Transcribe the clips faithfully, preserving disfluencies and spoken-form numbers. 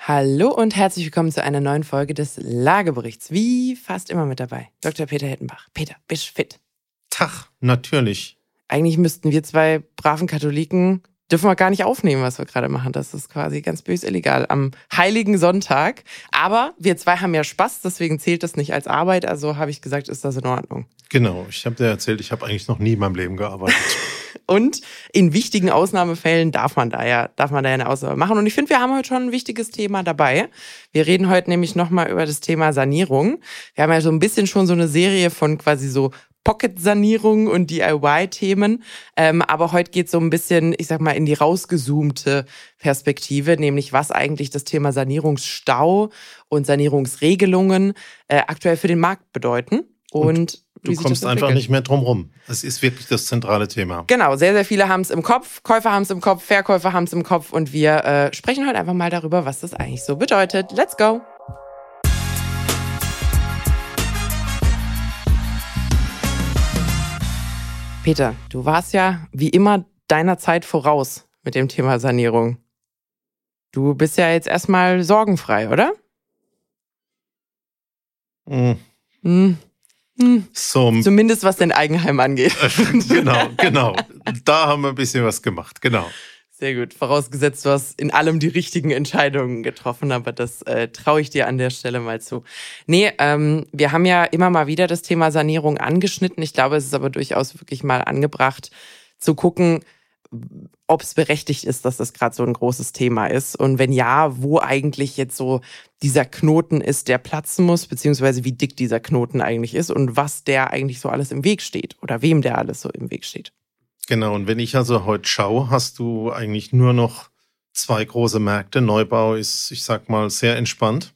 Hallo und herzlich willkommen zu einer neuen Folge des Lageberichts. Wie fast immer mit dabei, Doktor Peter Hettenbach. Peter, bist du fit? Tag, natürlich. Eigentlich müssten wir zwei braven Katholiken, dürfen wir gar nicht aufnehmen, was wir gerade machen. Das ist quasi ganz bös illegal am Heiligen Sonntag. Aber wir zwei haben ja Spaß, deswegen zählt das nicht als Arbeit. Also habe ich gesagt, ist das in Ordnung. Genau, ich habe dir erzählt, ich habe eigentlich noch nie in meinem Leben gearbeitet. Und in wichtigen Ausnahmefällen darf man da ja, darf man da ja eine Ausnahme machen. Und ich finde, wir haben heute schon ein wichtiges Thema dabei. Wir reden heute nämlich nochmal über das Thema Sanierung. Wir haben ja so ein bisschen schon so eine Serie von quasi so Pocket-Sanierung und D I Y-Themen. Ähm, aber heute geht es so ein bisschen, ich sag mal, in die rausgezoomte Perspektive, nämlich was eigentlich das Thema Sanierungsstau und Sanierungsregelungen äh, aktuell für den Markt bedeuten. Und, und du kommst einfach nicht mehr drum rum. Es ist wirklich das zentrale Thema. Genau, sehr, sehr viele haben es im Kopf, Käufer haben es im Kopf, Verkäufer haben es im Kopf und wir äh, sprechen heute einfach mal darüber, was das eigentlich so bedeutet. Let's go! Peter, du warst ja wie immer deiner Zeit voraus mit dem Thema Sanierung. Du bist ja jetzt erstmal sorgenfrei, oder? Mhm. Hm. Hm. So, Zumindest was dein Eigenheim angeht. genau, genau. Da haben wir ein bisschen was gemacht, genau. Sehr gut. Vorausgesetzt, du hast in allem die richtigen Entscheidungen getroffen, aber das äh, traue ich dir an der Stelle mal zu. Nee, ähm, wir haben ja immer mal wieder das Thema Sanierung angeschnitten. Ich glaube, es ist aber durchaus wirklich mal angebracht, zu gucken, ob es berechtigt ist, dass das gerade so ein großes Thema ist. Und wenn ja, wo eigentlich jetzt so dieser Knoten ist, der platzen muss, beziehungsweise wie dick dieser Knoten eigentlich ist und was der eigentlich so alles im Weg steht oder wem der alles so im Weg steht. Genau, und wenn ich also heute schaue, hast du eigentlich nur noch zwei große Märkte. Neubau ist, ich sag mal, sehr entspannt.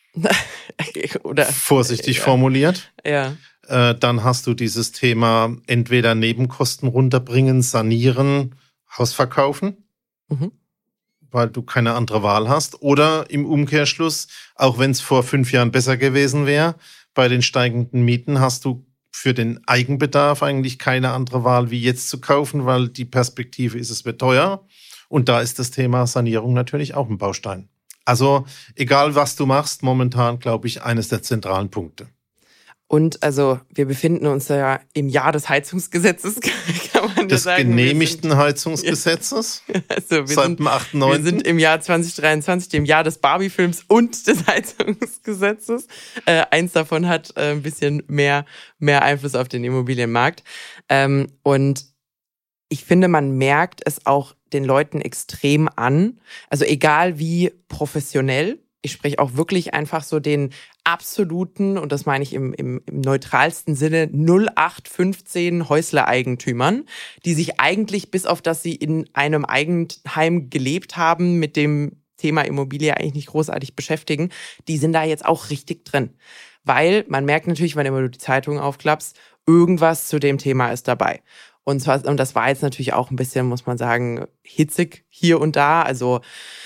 Oder vorsichtig ja. formuliert. Ja. Äh, dann hast du dieses Thema entweder Nebenkosten runterbringen, sanieren, Haus verkaufen, Mhm. weil du keine andere Wahl hast. Oder im Umkehrschluss, auch wenn es vor fünf Jahren besser gewesen wäre, bei den steigenden Mieten hast du für den Eigenbedarf eigentlich keine andere Wahl, wie jetzt zu kaufen, weil die Perspektive ist, es wird teuer. Und da ist das Thema Sanierung natürlich auch ein Baustein. Also egal, was du machst, momentan, glaube ich, eines der zentralen Punkte. Und also wir befinden uns ja im Jahr des Heizungsgesetzes, kann man Des ja sagen. genehmigten sind, Heizungsgesetzes also wir seit sind, dem achten neunten Wir sind im Jahr zwanzig dreiundzwanzig, dem Jahr des Barbie-Films und des Heizungsgesetzes. Äh, eins davon hat äh, ein bisschen mehr, mehr Einfluss auf den Immobilienmarkt. Ähm, und ich finde, man merkt es auch den Leuten extrem an. Also egal wie professionell, ich spreche auch wirklich einfach so den absoluten, und das meine ich im, im, im neutralsten Sinne, null acht fünfzehn Häuslereigentümern, die sich eigentlich, bis auf dass sie in einem Eigenheim gelebt haben, mit dem Thema Immobilie eigentlich nicht großartig beschäftigen, die sind da jetzt auch richtig drin. Weil man merkt natürlich, wenn immer du die Zeitung aufklappst, irgendwas zu dem Thema ist dabei. Und zwar, und das war jetzt natürlich auch ein bisschen, muss man sagen, hitzig hier und da. Also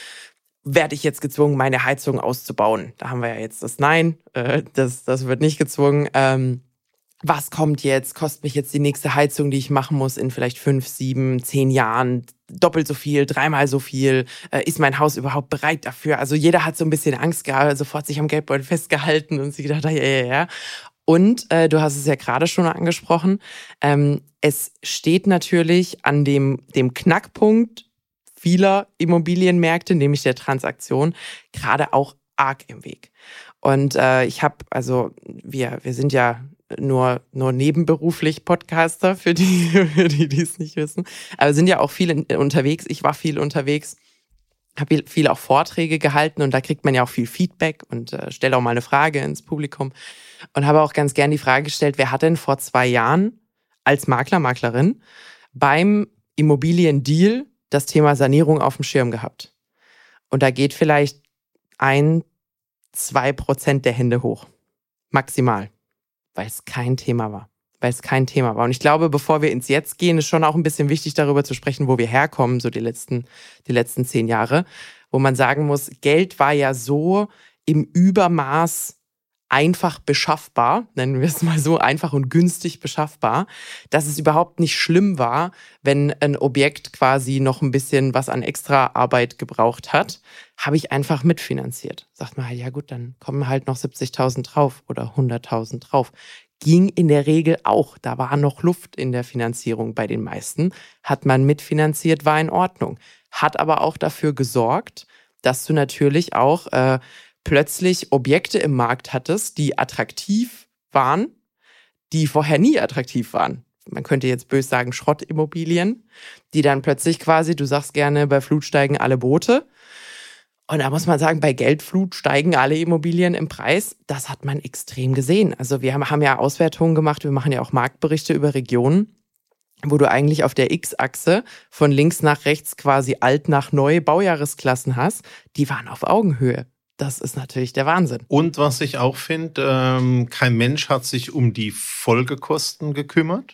werde ich jetzt gezwungen, meine Heizung auszubauen? Da haben wir ja jetzt das Nein, äh, das, das wird nicht gezwungen. Ähm, was kommt jetzt? Kostet mich jetzt die nächste Heizung, die ich machen muss in vielleicht fünf, sieben, zehn Jahren doppelt so viel, dreimal so viel? Äh, ist mein Haus überhaupt bereit dafür? Also jeder hat so ein bisschen Angst gehabt, sofort sich am Geldbeutel festgehalten und sich gedacht, ja, ja, ja. Und äh, du hast es ja gerade schon angesprochen, ähm, es steht natürlich an dem, dem Knackpunkt vieler Immobilienmärkte, nämlich der Transaktion, gerade auch arg im Weg. Und äh, ich habe, also wir wir sind ja nur nur nebenberuflich Podcaster, für die, für die, die es nicht wissen, aber sind ja auch viel in, unterwegs. Ich war viel unterwegs, habe viel auch Vorträge gehalten und da kriegt man ja auch viel Feedback und äh, stelle auch mal eine Frage ins Publikum und habe auch ganz gern die Frage gestellt, wer hat denn vor zwei Jahren als Makler, Maklerin beim Immobiliendeal das Thema Sanierung auf dem Schirm gehabt? Und da geht vielleicht ein, zwei Prozent der Hände hoch. Maximal. Weil es kein Thema war. Weil es kein Thema war. Und ich glaube, bevor wir ins Jetzt gehen, ist schon auch ein bisschen wichtig, darüber zu sprechen, wo wir herkommen, so die letzten, die letzten zehn Jahre. Wo man sagen muss, Geld war ja so im Übermaß einfach beschaffbar, nennen wir es mal so, einfach und günstig beschaffbar, dass es überhaupt nicht schlimm war, wenn ein Objekt quasi noch ein bisschen was an extra Arbeit gebraucht hat, habe ich einfach mitfinanziert. Sagt man halt, ja gut, dann kommen halt noch siebzigtausend drauf oder hunderttausend drauf. Ging in der Regel auch. Da war noch Luft in der Finanzierung bei den meisten. Hat man mitfinanziert, war in Ordnung. Hat aber auch dafür gesorgt, dass du natürlich auch äh, plötzlich Objekte im Markt hattest, die attraktiv waren, die vorher nie attraktiv waren. Man könnte jetzt böse sagen Schrottimmobilien, die dann plötzlich quasi, du sagst gerne, bei Flut steigen alle Boote. Und da muss man sagen, bei Geldflut steigen alle Immobilien im Preis. Das hat man extrem gesehen. Also wir haben, haben ja Auswertungen gemacht, wir machen ja auch Marktberichte über Regionen, wo du eigentlich auf der X-Achse von links nach rechts quasi alt nach neu Baujahresklassen hast. Die waren auf Augenhöhe. Das ist natürlich der Wahnsinn. Und was ich auch finde, ähm, kein Mensch hat sich um die Folgekosten gekümmert.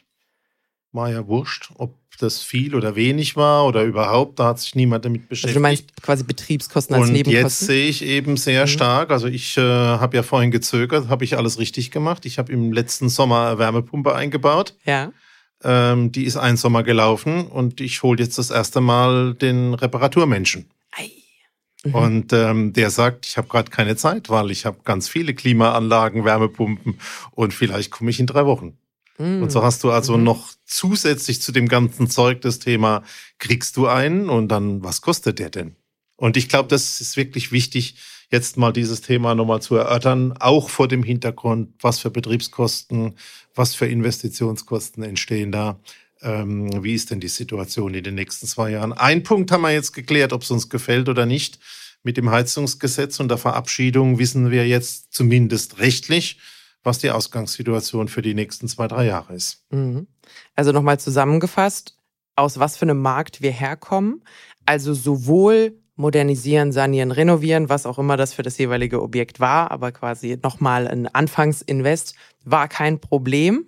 War ja wurscht, ob das viel oder wenig war oder überhaupt, da hat sich niemand damit beschäftigt. Also du meinst quasi Betriebskosten als Und Nebenkosten? Und jetzt sehe ich eben sehr mhm. stark, also ich äh, habe ja vorhin gezögert, habe ich alles richtig gemacht. Ich habe im letzten Sommer eine Wärmepumpe eingebaut. Ja. Ähm, die ist einen Sommer gelaufen und ich hole jetzt das erste Mal den Reparaturmenschen. Ei. Mhm. Und ähm, der sagt, ich habe gerade keine Zeit, weil ich habe ganz viele Klimaanlagen, Wärmepumpen und vielleicht komme ich in drei Wochen. Mhm. Und so hast du also mhm. noch zusätzlich zu dem ganzen Zeug das Thema, kriegst du einen und dann, was kostet der denn? Und ich glaube, das ist wirklich wichtig, jetzt mal dieses Thema nochmal zu erörtern, auch vor dem Hintergrund, was für Betriebskosten, was für Investitionskosten entstehen da. Ähm, wie ist denn die Situation in den nächsten zwei Jahren? Ein Punkt haben wir jetzt geklärt, ob es uns gefällt oder nicht. Mit dem Heizungsgesetz und der Verabschiedung wissen wir jetzt zumindest rechtlich, was die Ausgangssituation für die nächsten zwei, drei Jahre ist. Also nochmal zusammengefasst, aus was für einem Markt wir herkommen. Also sowohl modernisieren, sanieren, renovieren, was auch immer das für das jeweilige Objekt war, aber quasi nochmal ein Anfangsinvest war kein Problem.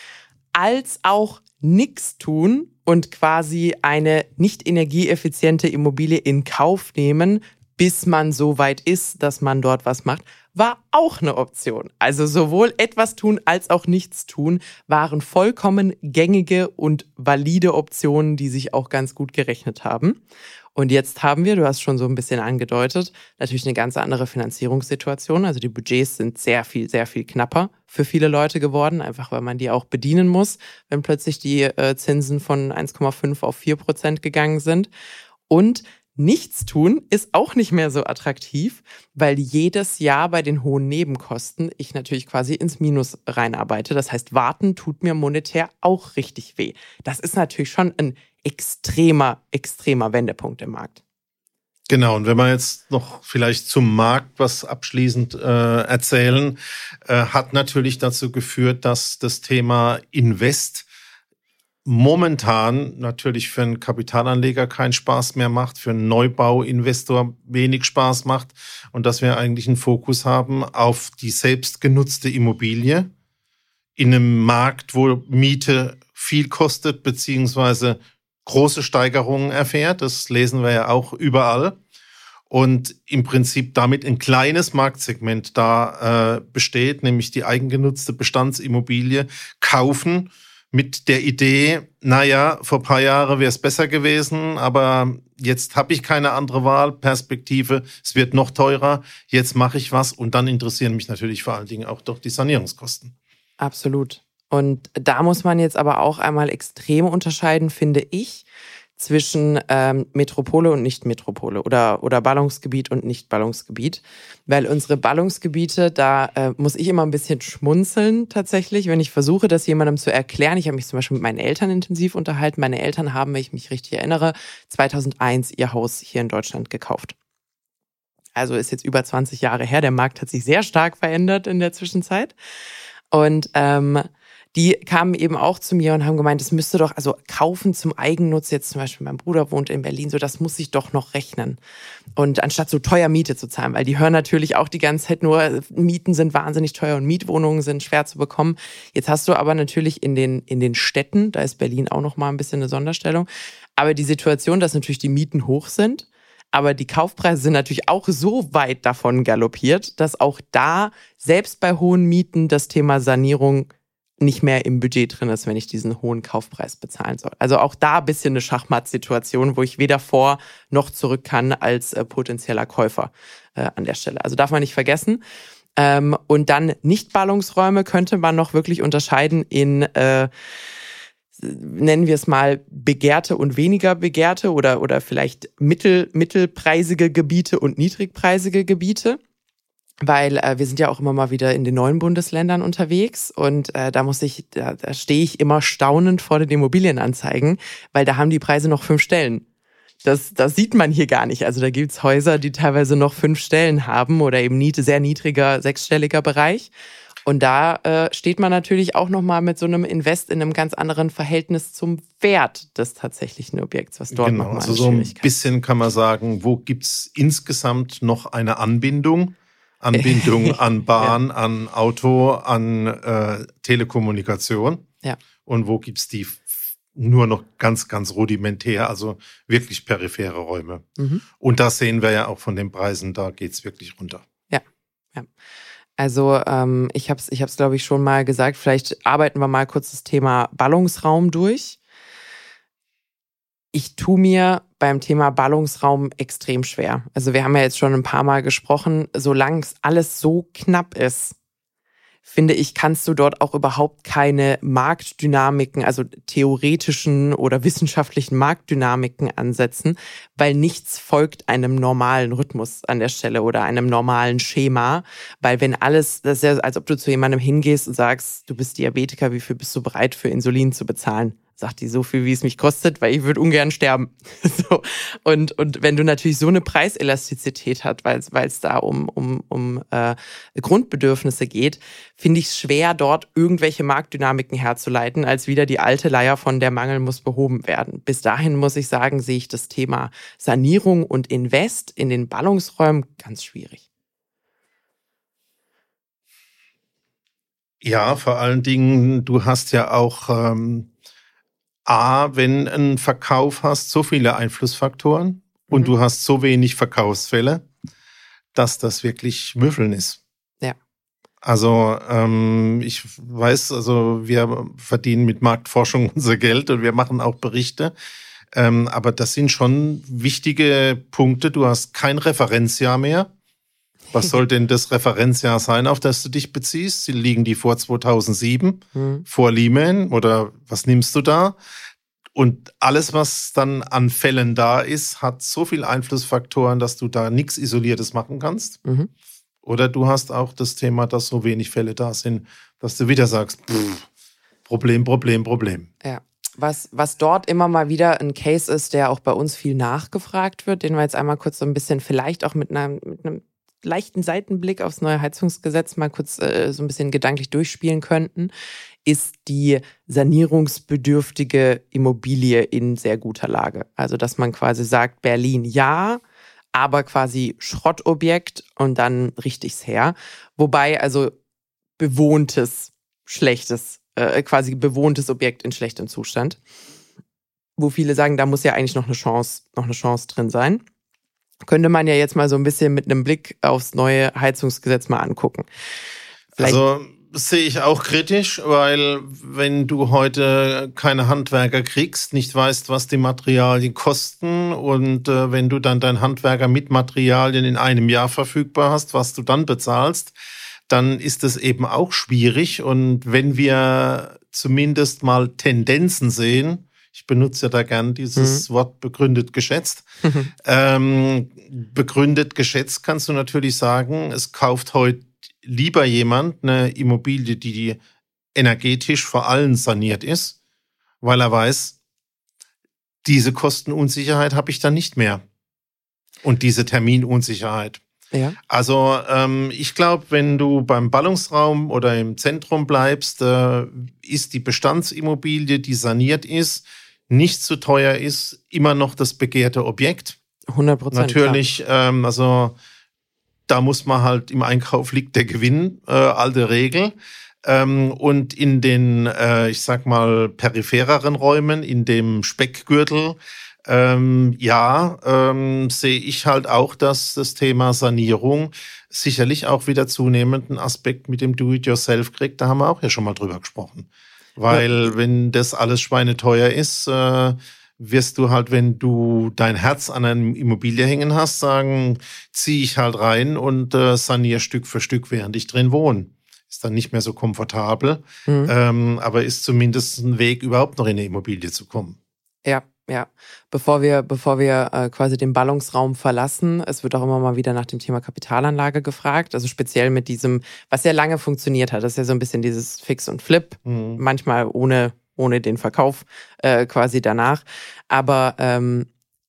Als auch nichts tun und quasi eine nicht energieeffiziente Immobilie in Kauf nehmen, bis man so weit ist, dass man dort was macht, war auch eine Option. Also sowohl etwas tun als auch nichts tun waren vollkommen gängige und valide Optionen, die sich auch ganz gut gerechnet haben. Und jetzt haben wir, du hast schon so ein bisschen angedeutet, natürlich eine ganz andere Finanzierungssituation. Also die Budgets sind sehr viel, sehr viel knapper für viele Leute geworden, einfach weil man die auch bedienen muss, wenn plötzlich die äh, Zinsen von eins Komma fünf auf vier Prozent gegangen sind. Und nichts tun ist auch nicht mehr so attraktiv, weil jedes Jahr bei den hohen Nebenkosten ich natürlich quasi ins Minus reinarbeite. Das heißt, warten tut mir monetär auch richtig weh. Das ist natürlich schon ein extremer, extremer Wendepunkt im Markt. Genau, und wenn wir jetzt noch vielleicht zum Markt was abschließend äh, erzählen, äh, hat natürlich dazu geführt, dass das Thema Invest momentan natürlich für einen Kapitalanleger keinen Spaß mehr macht, für einen Neubauinvestor wenig Spaß macht und dass wir eigentlich einen Fokus haben auf die selbstgenutzte Immobilie in einem Markt, wo Miete viel kostet beziehungsweise große Steigerungen erfährt. Das lesen wir ja auch überall. Und im Prinzip damit ein kleines Marktsegment da äh, besteht, nämlich die eigengenutzte Bestandsimmobilie kaufen mit der Idee, naja, vor ein paar Jahren wäre es besser gewesen, aber jetzt habe ich keine andere Wahlperspektive, es wird noch teurer, jetzt mache ich was und dann interessieren mich natürlich vor allen Dingen auch doch die Sanierungskosten. Absolut. Und da muss man jetzt aber auch einmal extrem unterscheiden, finde ich, zwischen ähm, Metropole und Nicht-Metropole oder, oder Ballungsgebiet und Nicht-Ballungsgebiet. Weil unsere Ballungsgebiete, da äh, muss ich immer ein bisschen schmunzeln tatsächlich, wenn ich versuche, das jemandem zu erklären. Ich habe mich zum Beispiel mit meinen Eltern intensiv unterhalten. Meine Eltern haben, wenn ich mich richtig erinnere, zweitausendeins ihr Haus hier in Deutschland gekauft. Also ist jetzt über zwanzig Jahre her. Der Markt hat sich sehr stark verändert in der Zwischenzeit. Und ähm, die kamen eben auch zu mir und haben gemeint, das müsste doch, also kaufen zum Eigennutz, jetzt zum Beispiel mein Bruder wohnt in Berlin, so das muss sich doch noch rechnen. Und anstatt so teuer Miete zu zahlen, weil die hören natürlich auch die ganze Zeit nur, Mieten sind wahnsinnig teuer und Mietwohnungen sind schwer zu bekommen. Jetzt hast du aber natürlich in den, in den Städten, da ist Berlin auch noch mal ein bisschen eine Sonderstellung, aber die Situation, dass natürlich die Mieten hoch sind, Aber die Kaufpreise sind natürlich auch so weit davon galoppiert, dass auch da, selbst bei hohen Mieten, das Thema Sanierung nicht mehr im Budget drin ist, wenn ich diesen hohen Kaufpreis bezahlen soll. Also auch da ein bisschen eine Schachmatt-Situation, wo ich weder vor noch zurück kann als äh, potenzieller Käufer äh, an der Stelle. Also darf man nicht vergessen. Ähm, und dann Nicht-Ballungsräume könnte man noch wirklich unterscheiden in, äh, nennen wir es mal, begehrte und weniger begehrte oder, oder vielleicht mittel, mittelpreisige Gebiete und niedrigpreisige Gebiete. Weil äh, wir sind ja auch immer mal wieder in den neuen Bundesländern unterwegs und äh, da muss ich, da, da stehe ich immer staunend vor den Immobilienanzeigen, weil da haben die Preise noch fünf Stellen. Das, das sieht man hier gar nicht. Also da gibt's Häuser, die teilweise noch fünf Stellen haben oder eben nie, sehr niedriger, sechsstelliger Bereich. Und da äh, steht man natürlich auch nochmal mit so einem Invest in einem ganz anderen Verhältnis zum Wert des tatsächlichen Objekts, was dort genau, nochmal also so ein bisschen kann man sagen, wo gibt's insgesamt noch eine Anbindung? Anbindung an Bahn, ja. an Auto, an äh, Telekommunikation. Ja. Und wo gibt's die f- nur noch ganz, ganz rudimentär, also wirklich periphere Räume. Mhm. Und das sehen wir ja auch von den Preisen, da geht's wirklich runter. Ja, ja. Also ähm, ich habe es, ich hab's, glaube ich, schon mal gesagt, vielleicht arbeiten wir mal kurz das Thema Ballungsraum durch. Ich tue mir beim Thema Ballungsraum extrem schwer. Also wir haben ja jetzt schon ein paar Mal gesprochen, solange es alles so knapp ist, finde ich, kannst du dort auch überhaupt keine Marktdynamiken, also theoretischen oder wissenschaftlichen Marktdynamiken ansetzen, weil nichts folgt einem normalen Rhythmus an der Stelle oder einem normalen Schema. Weil wenn alles, das ist ja, als ob du zu jemandem hingehst und sagst, du bist Diabetiker, wie viel bist du bereit für Insulin zu bezahlen? Sagt die, so viel, wie es mich kostet, weil ich würde ungern sterben. So. Und, und wenn du natürlich so eine Preiselastizität hast, weil es da um, um, um äh, Grundbedürfnisse geht, finde ich es schwer, dort irgendwelche Marktdynamiken herzuleiten, als wieder die alte Leier von der Mangel muss behoben werden. Bis dahin, muss ich sagen, sehe ich das Thema Sanierung und Invest in den Ballungsräumen ganz schwierig. Ja, vor allen Dingen, du hast ja auch ähm A, wenn ein Verkauf hast, so viele Einflussfaktoren und mhm. du hast so wenig Verkaufsfälle, dass das wirklich Würfeln ist. Ja. Also ähm, ich weiß, also wir verdienen mit Marktforschung unser Geld und wir machen auch Berichte, ähm, aber das sind schon wichtige Punkte. Du hast kein Referenzjahr mehr. Was soll denn das Referenzjahr sein, auf das du dich beziehst? Liegen die vor zweitausendsieben, mhm. vor Lehman oder was nimmst du da? Und alles, was dann an Fällen da ist, hat so viele Einflussfaktoren, dass du da nichts Isoliertes machen kannst. Mhm. Oder du hast auch das Thema, dass so wenig Fälle da sind, dass du wieder sagst, pff, Problem, Problem, Problem. Ja. Was, was dort immer mal wieder ein Case ist, der auch bei uns viel nachgefragt wird, den wir jetzt einmal kurz so ein bisschen vielleicht auch mit einem, mit einem leichten Seitenblick aufs neue Heizungsgesetz mal kurz äh, so ein bisschen gedanklich durchspielen könnten, ist die sanierungsbedürftige Immobilie in sehr guter Lage. Also dass man quasi sagt, Berlin ja, aber quasi Schrottobjekt und dann richtig's her. Wobei also bewohntes, schlechtes, äh, quasi bewohntes Objekt in schlechtem Zustand. Wo viele sagen, da muss ja eigentlich noch eine Chance, noch eine Chance drin sein. Könnte man ja jetzt mal so ein bisschen mit einem Blick aufs neue Heizungsgesetz mal angucken. Vielleicht also sehe ich auch kritisch, weil wenn du heute keine Handwerker kriegst, nicht weißt, was die Materialien kosten und äh, wenn du dann deinen Handwerker mit Materialien in einem Jahr verfügbar hast, was du dann bezahlst, dann ist es eben auch schwierig. Und wenn wir zumindest mal Tendenzen sehen, ich benutze ja da gern dieses mhm. Wort begründet geschätzt. Mhm. Ähm, begründet geschätzt kannst du natürlich sagen, es kauft heute lieber jemand eine Immobilie, die energetisch vor allem saniert ist, weil er weiß, diese Kostenunsicherheit habe ich dann nicht mehr. Und diese Terminunsicherheit. Ja. Also ähm, ich glaube, wenn du beim Ballungsraum oder im Zentrum bleibst, äh, ist die Bestandsimmobilie, die saniert ist, nicht zu teuer ist, immer noch das begehrte Objekt. hundert Prozent. Natürlich, ähm, also da muss man halt im Einkauf liegt der Gewinn, äh, alte Regel. Ähm, und in den, äh, ich sag mal, periphereren Räumen, in dem Speckgürtel, Ähm, ja, ähm, sehe ich halt auch, dass das Thema Sanierung sicherlich auch wieder zunehmenden Aspekt mit dem Do-it-yourself kriegt. Da haben wir auch ja schon mal drüber gesprochen. Weil ja. wenn das alles schweineteuer ist, äh, wirst du halt, wenn du dein Herz an einer Immobilie hängen hast, sagen, zieh ich halt rein und äh, saniere Stück für Stück, während ich drin wohne. Ist dann nicht mehr so komfortabel, mhm. ähm, aber ist zumindest ein Weg, überhaupt noch in eine Immobilie zu kommen. Ja, ja. Bevor wir, bevor wir äh, quasi den Ballungsraum verlassen, es wird auch immer mal wieder nach dem Thema Kapitalanlage gefragt, also speziell mit diesem, was ja lange funktioniert hat, das ist ja so ein bisschen dieses Fix und Flip, mhm. manchmal ohne ohne den Verkauf äh, quasi danach. Aber ähm,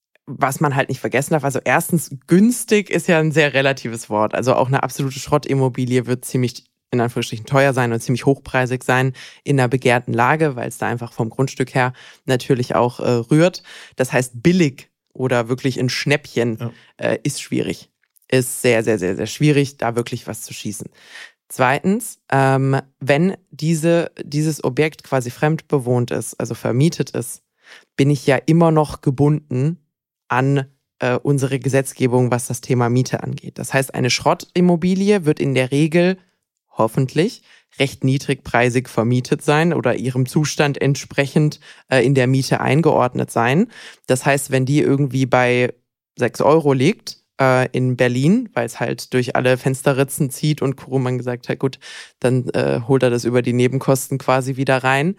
was man halt nicht vergessen darf, also erstens, günstig ist ja ein sehr relatives Wort. Also auch eine absolute Schrottimmobilie wird ziemlich, in Anführungsstrichen, teuer sein und ziemlich hochpreisig sein in einer begehrten Lage, weil es da einfach vom Grundstück her natürlich auch äh, rührt. Das heißt, billig oder wirklich ein Schnäppchen ja. äh, ist schwierig. Ist sehr, sehr, sehr, sehr schwierig, da wirklich was zu schießen. Zweitens, ähm, wenn diese, dieses Objekt quasi fremdbewohnt ist, also vermietet ist, bin ich ja immer noch gebunden an äh, unsere Gesetzgebung, was das Thema Miete angeht. Das heißt, eine Schrottimmobilie wird in der Regel hoffentlich recht niedrigpreisig vermietet sein oder ihrem Zustand entsprechend äh, in der Miete eingeordnet sein. Das heißt, wenn die irgendwie bei sechs Euro liegt, in Berlin, weil es halt durch alle Fensterritzen zieht und Co. man gesagt hat, gut, dann äh, holt er das über die Nebenkosten quasi wieder rein,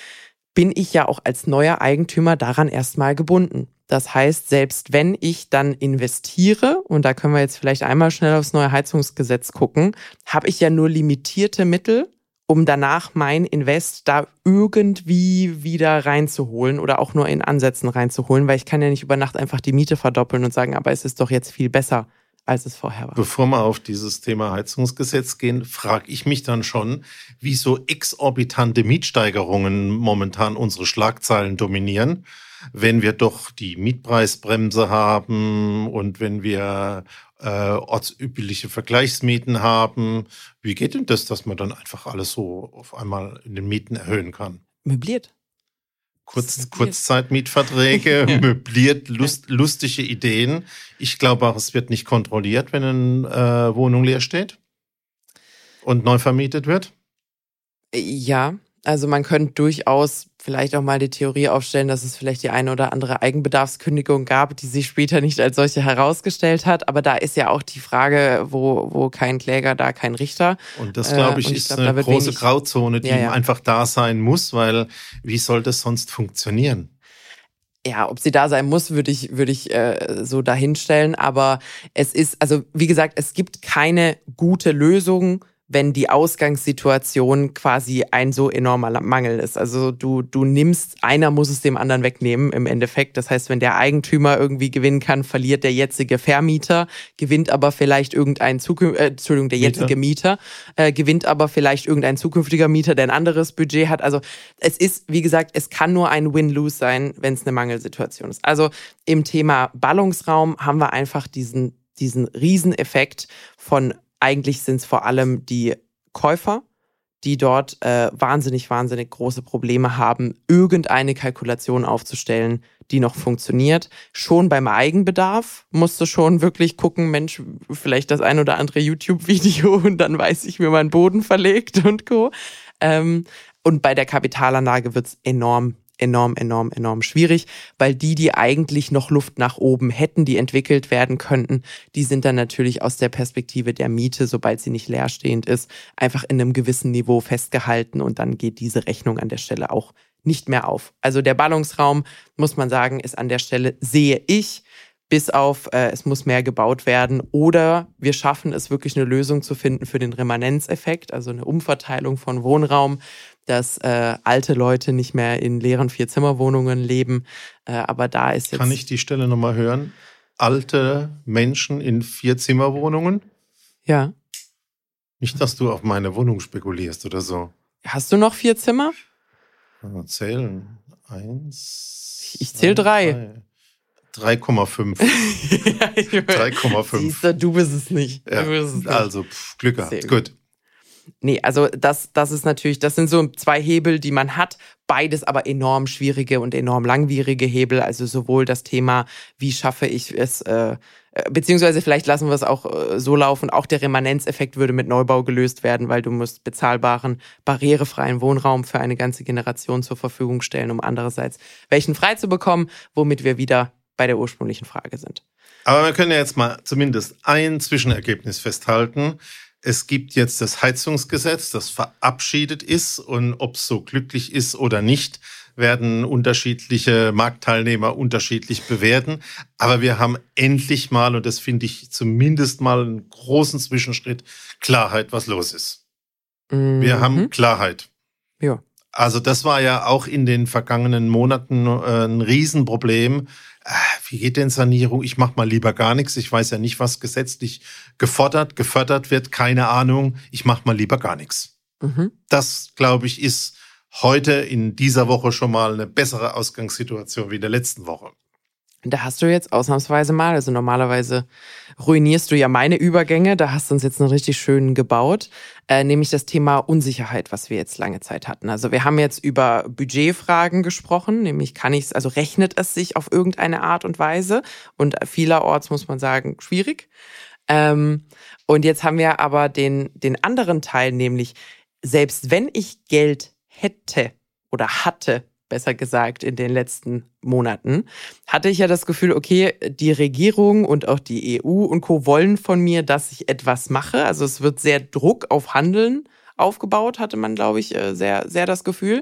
bin ich ja auch als neuer Eigentümer daran erstmal gebunden. Das heißt, selbst wenn ich dann investiere, und da können wir jetzt vielleicht einmal schnell aufs neue Heizungsgesetz gucken, habe ich ja nur limitierte Mittel, um danach mein Invest da irgendwie wieder reinzuholen oder auch nur in Ansätzen reinzuholen, weil ich kann ja nicht über Nacht einfach die Miete verdoppeln und sagen, aber es ist doch jetzt viel besser, als es vorher war. Bevor wir auf dieses Thema Heizungsgesetz gehen, frage ich mich dann schon, wieso exorbitante Mietsteigerungen momentan unsere Schlagzeilen dominieren, wenn wir doch die Mietpreisbremse haben und wenn wir äh, ortsübliche Vergleichsmieten haben. Wie geht denn das, dass man dann einfach alles so auf einmal in den Mieten erhöhen kann? Möbliert. Kurz, Kurzzeitmietverträge, ja. möbliert, lust, lustige Ideen. Ich glaube auch, es wird nicht kontrolliert, wenn eine äh, Wohnung leer steht und neu vermietet wird. Ja, also man könnte durchaus vielleicht auch mal die Theorie aufstellen, dass es vielleicht die eine oder andere Eigenbedarfskündigung gab, die sich später nicht als solche herausgestellt hat. Aber da ist ja auch die Frage, wo, wo kein Kläger, da kein Richter. Und das, glaube ich, äh, ich ist glaub, eine große wenig, Grauzone, die ja, ja. einfach da sein muss, weil wie soll das sonst funktionieren? Ja, ob sie da sein muss, würde ich, würde ich äh, so dahinstellen. Aber es ist, also wie gesagt, es gibt keine gute Lösung, wenn die Ausgangssituation quasi ein so enormer Mangel ist. Also du du nimmst, einer muss es dem anderen wegnehmen im Endeffekt. Das heißt, wenn der Eigentümer irgendwie gewinnen kann, verliert der jetzige Vermieter, gewinnt aber vielleicht irgendein zukünftiger, äh, Entschuldigung, der jetzige Mieter, äh, gewinnt aber vielleicht irgendein zukünftiger Mieter, der ein anderes Budget hat. Also es ist, wie gesagt, es kann nur ein Win-Lose sein, wenn es eine Mangelsituation ist. Also im Thema Ballungsraum haben wir einfach diesen diesen Rieseneffekt von, eigentlich sind es vor allem die Käufer, die dort äh, wahnsinnig, wahnsinnig große Probleme haben, irgendeine Kalkulation aufzustellen, die noch funktioniert. Schon beim Eigenbedarf musst du schon wirklich gucken, Mensch, vielleicht das ein oder andere YouTube-Video und dann weiß ich, wie man Boden verlegt und Co. Ähm, und bei der Kapitalanlage wird's enorm enorm, enorm, enorm schwierig, weil die, die eigentlich noch Luft nach oben hätten, die entwickelt werden könnten, die sind dann natürlich aus der Perspektive der Miete, sobald sie nicht leerstehend ist, einfach in einem gewissen Niveau festgehalten und dann geht diese Rechnung an der Stelle auch nicht mehr auf. Also der Ballungsraum, muss man sagen, ist an der Stelle, sehe ich, bis auf, äh, es muss mehr gebaut werden oder wir schaffen es wirklich eine Lösung zu finden für den Remanenzeffekt, also eine Umverteilung von Wohnraum, dass äh, alte Leute nicht mehr in leeren Vier-Zimmer-Wohnungen leben. Äh, aber da ist jetzt... Kann ich die Stelle nochmal hören? Alte Menschen in Vier-Zimmer-Wohnungen? Ja. Nicht, dass du auf meine Wohnung spekulierst oder so. Hast du noch vier Zimmer? Ja, zählen. Eins... Ich zähle drei. drei Komma fünf. drei Komma fünf. Siehst du, du bist es nicht. Ja, du bist es nicht. Also, pff, Glück gehabt. Gut. Nee, also das, das ist natürlich, das sind so zwei Hebel, die man hat. Beides aber enorm schwierige und enorm langwierige Hebel. Also sowohl das Thema, wie schaffe ich es, äh, beziehungsweise vielleicht lassen wir es auch äh, so laufen, auch der Remanenzeffekt würde mit Neubau gelöst werden, weil du musst bezahlbaren, barrierefreien Wohnraum für eine ganze Generation zur Verfügung stellen, um andererseits welchen frei zu bekommen, womit wir wieder bei der ursprünglichen Frage sind. Aber wir können ja jetzt mal zumindest ein Zwischenergebnis festhalten. Es gibt jetzt das Heizungsgesetz, das verabschiedet ist, und ob es so glücklich ist oder nicht, werden unterschiedliche Marktteilnehmer unterschiedlich bewerten. Aber wir haben endlich mal, und das finde ich zumindest mal einen großen Zwischenschritt, Klarheit, was los ist. Mhm. Wir haben Klarheit. Ja. Also das war ja auch in den vergangenen Monaten äh, ein Riesenproblem. Äh, wie geht denn Sanierung? Ich mache mal lieber gar nichts. Ich weiß ja nicht, was gesetzlich gefordert, gefördert wird. Keine Ahnung. Ich mache mal lieber gar nichts. Mhm. Das, glaube ich, ist heute in dieser Woche schon mal eine bessere Ausgangssituation wie in der letzten Woche. Da hast du jetzt ausnahmsweise mal, also normalerweise ruinierst du ja meine Übergänge, da hast du uns jetzt einen richtig schönen gebaut, äh, nämlich das Thema Unsicherheit, was wir jetzt lange Zeit hatten. Also wir haben jetzt über Budgetfragen gesprochen, nämlich kann ich es, also rechnet es sich auf irgendeine Art und Weise, und vielerorts muss man sagen, schwierig. Ähm, und jetzt haben wir aber den, den anderen Teil, nämlich selbst wenn ich Geld hätte oder hatte, besser gesagt, in den letzten Monaten, hatte ich ja das Gefühl, okay, die Regierung und auch die E U und Co. wollen von mir, dass ich etwas mache. Also es wird sehr Druck auf Handeln aufgebaut, hatte man, glaube ich, sehr, sehr das Gefühl.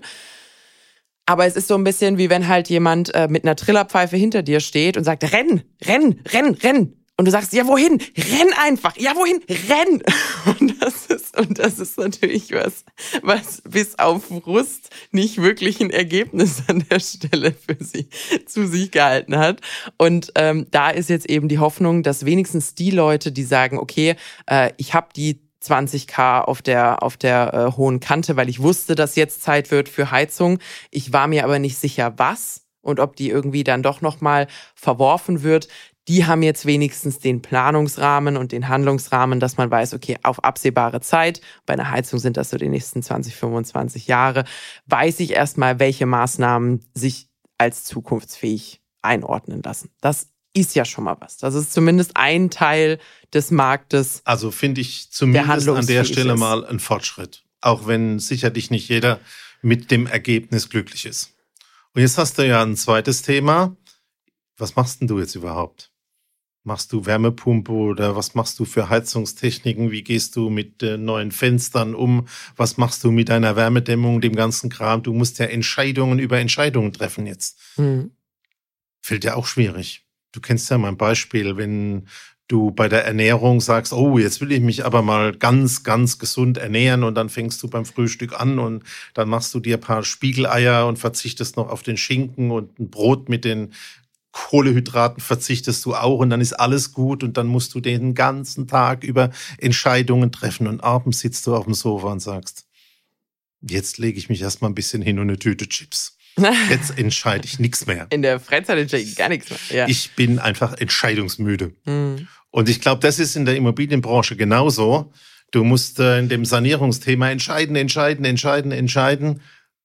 Aber es ist so ein bisschen, wie wenn halt jemand mit einer Trillerpfeife hinter dir steht und sagt, renn, renn, renn, renn. Und du sagst, ja, wohin? Renn einfach. Ja, wohin? Renn. Und das ist, und das ist natürlich was, was bis auf Frust nicht wirklich ein Ergebnis an der Stelle für sie zu sich gehalten hat. Und ähm, da ist jetzt eben die Hoffnung, dass wenigstens die Leute, die sagen, okay, äh, ich habe die zwanzigtausend auf der auf der äh, hohen Kante, weil ich wusste, dass jetzt Zeit wird für Heizung. Ich war mir aber nicht sicher, was und ob die irgendwie dann doch nochmal verworfen wird. Die haben jetzt wenigstens den Planungsrahmen und den Handlungsrahmen, dass man weiß, okay, auf absehbare Zeit, bei einer Heizung sind das so die nächsten zwanzig, fünfundzwanzig Jahre, weiß ich erstmal, welche Maßnahmen sich als zukunftsfähig einordnen lassen. Das ist ja schon mal was. Das ist zumindest ein Teil des Marktes. Also finde ich zumindest an der Stelle ist. mal ein Fortschritt. Auch wenn sicherlich nicht jeder mit dem Ergebnis glücklich ist. Und jetzt hast du ja ein zweites Thema. Was machst denn du jetzt überhaupt? Machst du Wärmepumpe oder was machst du für Heizungstechniken? Wie gehst du mit äh, neuen Fenstern um? Was machst du mit deiner Wärmedämmung, dem ganzen Kram? Du musst ja Entscheidungen über Entscheidungen treffen jetzt. Mhm. Fällt ja auch schwierig. Du kennst ja mein Beispiel, wenn du bei der Ernährung sagst, oh, jetzt will ich mich aber mal ganz, ganz gesund ernähren, und dann fängst du beim Frühstück an und dann machst du dir ein paar Spiegeleier und verzichtest noch auf den Schinken und ein Brot mit den Kohlehydraten verzichtest du auch, und dann ist alles gut, und dann musst du den ganzen Tag über Entscheidungen treffen, und abends sitzt du auf dem Sofa und sagst, jetzt lege ich mich erstmal ein bisschen hin und eine Tüte Chips. Jetzt entscheide ich nichts mehr. In der Freizeit entscheide ich gar nichts mehr. Ja. Ich bin einfach entscheidungsmüde. Mhm. Und ich glaube, das ist in der Immobilienbranche genauso. Du musst äh, in dem Sanierungsthema entscheiden, entscheiden, entscheiden, entscheiden.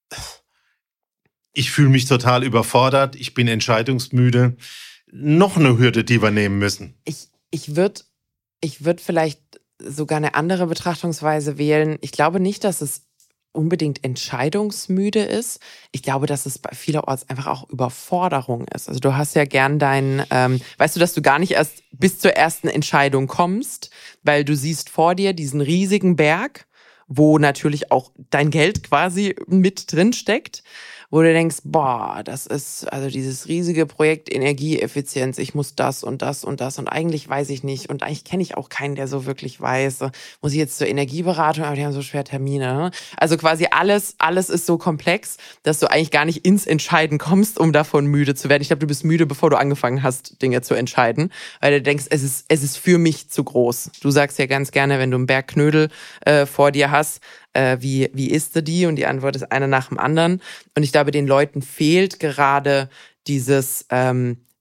Ich fühle mich total überfordert, ich bin entscheidungsmüde. Noch eine Hürde, die wir nehmen müssen. Ich, ich würde ich würd vielleicht sogar eine andere Betrachtungsweise wählen. Ich glaube nicht, dass es unbedingt entscheidungsmüde ist. Ich glaube, dass es bei vielerorts einfach auch Überforderung ist. Also du hast ja gern deinen, ähm, weißt du, dass du gar nicht erst bis zur ersten Entscheidung kommst, weil du siehst vor dir diesen riesigen Berg, wo natürlich auch dein Geld quasi mit drin steckt, wo du denkst, boah, das ist also dieses riesige Projekt Energieeffizienz, ich muss das und das und das und eigentlich weiß ich nicht und eigentlich kenne ich auch keinen, der so wirklich weiß, muss ich jetzt zur Energieberatung, aber die haben so schwer Termine. Also quasi alles, alles ist so komplex, dass du eigentlich gar nicht ins Entscheiden kommst, um davon müde zu werden. Ich glaube, du bist müde, bevor du angefangen hast, Dinge zu entscheiden, weil du denkst, es ist, es ist für mich zu groß. Du sagst ja ganz gerne, wenn du einen Berg Knödel äh, vor dir hast, Äh, wie, wie isst du die? Und die Antwort ist eine nach dem anderen. Und ich glaube, den Leuten fehlt gerade dieses, ähm,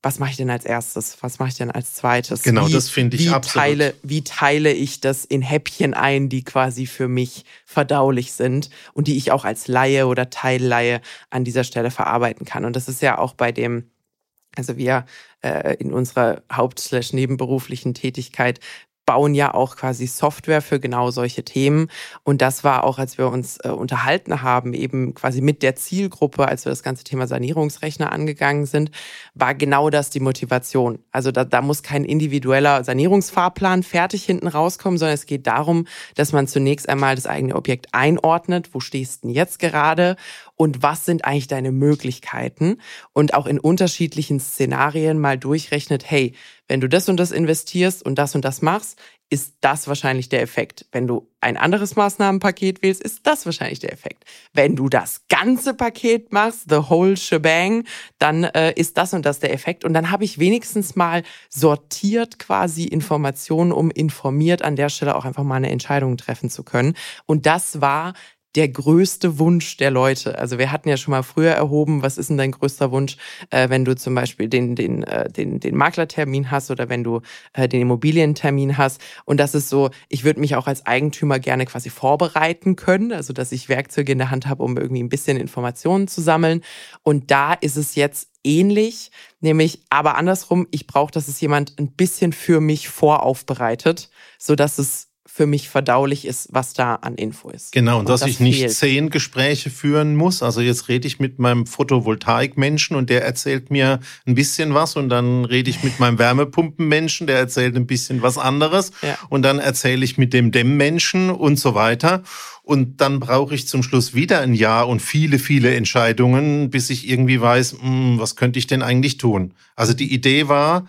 was mache ich denn als erstes? Was mache ich denn als zweites? Genau, wie, das finde ich wie absolut. Teile, wie teile ich das in Häppchen ein, die quasi für mich verdaulich sind und die ich auch als Laie oder Teilleihe an dieser Stelle verarbeiten kann. Und das ist ja auch bei dem, also wir äh, in unserer haupt-nebenberuflichen Tätigkeit bauen ja auch quasi Software für genau solche Themen. Und das war auch, als wir uns äh, unterhalten haben, eben quasi mit der Zielgruppe, als wir das ganze Thema Sanierungsrechner angegangen sind, war genau das die Motivation. Also da, da muss kein individueller Sanierungsfahrplan fertig hinten rauskommen, sondern es geht darum, dass man zunächst einmal das eigene Objekt einordnet. Wo stehst du denn jetzt gerade? Und was sind eigentlich deine Möglichkeiten? Und auch in unterschiedlichen Szenarien mal durchrechnet, hey, wenn du das und das investierst und das und das machst, ist das wahrscheinlich der Effekt. Wenn du ein anderes Maßnahmenpaket wählst, ist das wahrscheinlich der Effekt. Wenn du das ganze Paket machst, the whole shebang, dann äh, ist das und das der Effekt. Und dann habe ich wenigstens mal sortiert quasi Informationen, um informiert an der Stelle auch einfach mal eine Entscheidung treffen zu können. Und das war der größte Wunsch der Leute. Also wir hatten ja schon mal früher erhoben, was ist denn dein größter Wunsch, äh, wenn du zum Beispiel den den äh, den den Maklertermin hast oder wenn du äh, den Immobilientermin hast. Und das ist so, ich würde mich auch als Eigentümer gerne quasi vorbereiten können, also dass ich Werkzeuge in der Hand habe, um irgendwie ein bisschen Informationen zu sammeln. Und da ist es jetzt ähnlich, nämlich aber andersrum, ich brauche, dass es jemand ein bisschen für mich voraufbereitet, sodass es für mich verdaulich ist, was da an Info ist. Genau, und, und dass das ich nicht fehlt. zehn Gespräche führen muss. Also jetzt rede ich mit meinem Photovoltaikmenschen und der erzählt mir ein bisschen was und dann rede ich mit meinem Wärmepumpenmenschen, der erzählt ein bisschen was anderes ja. und dann erzähle ich mit dem Dämmmenschen und so weiter. Und dann brauche ich zum Schluss wieder ein Jahr und viele, viele Entscheidungen, bis ich irgendwie weiß, mh, was könnte ich denn eigentlich tun? Also die Idee war,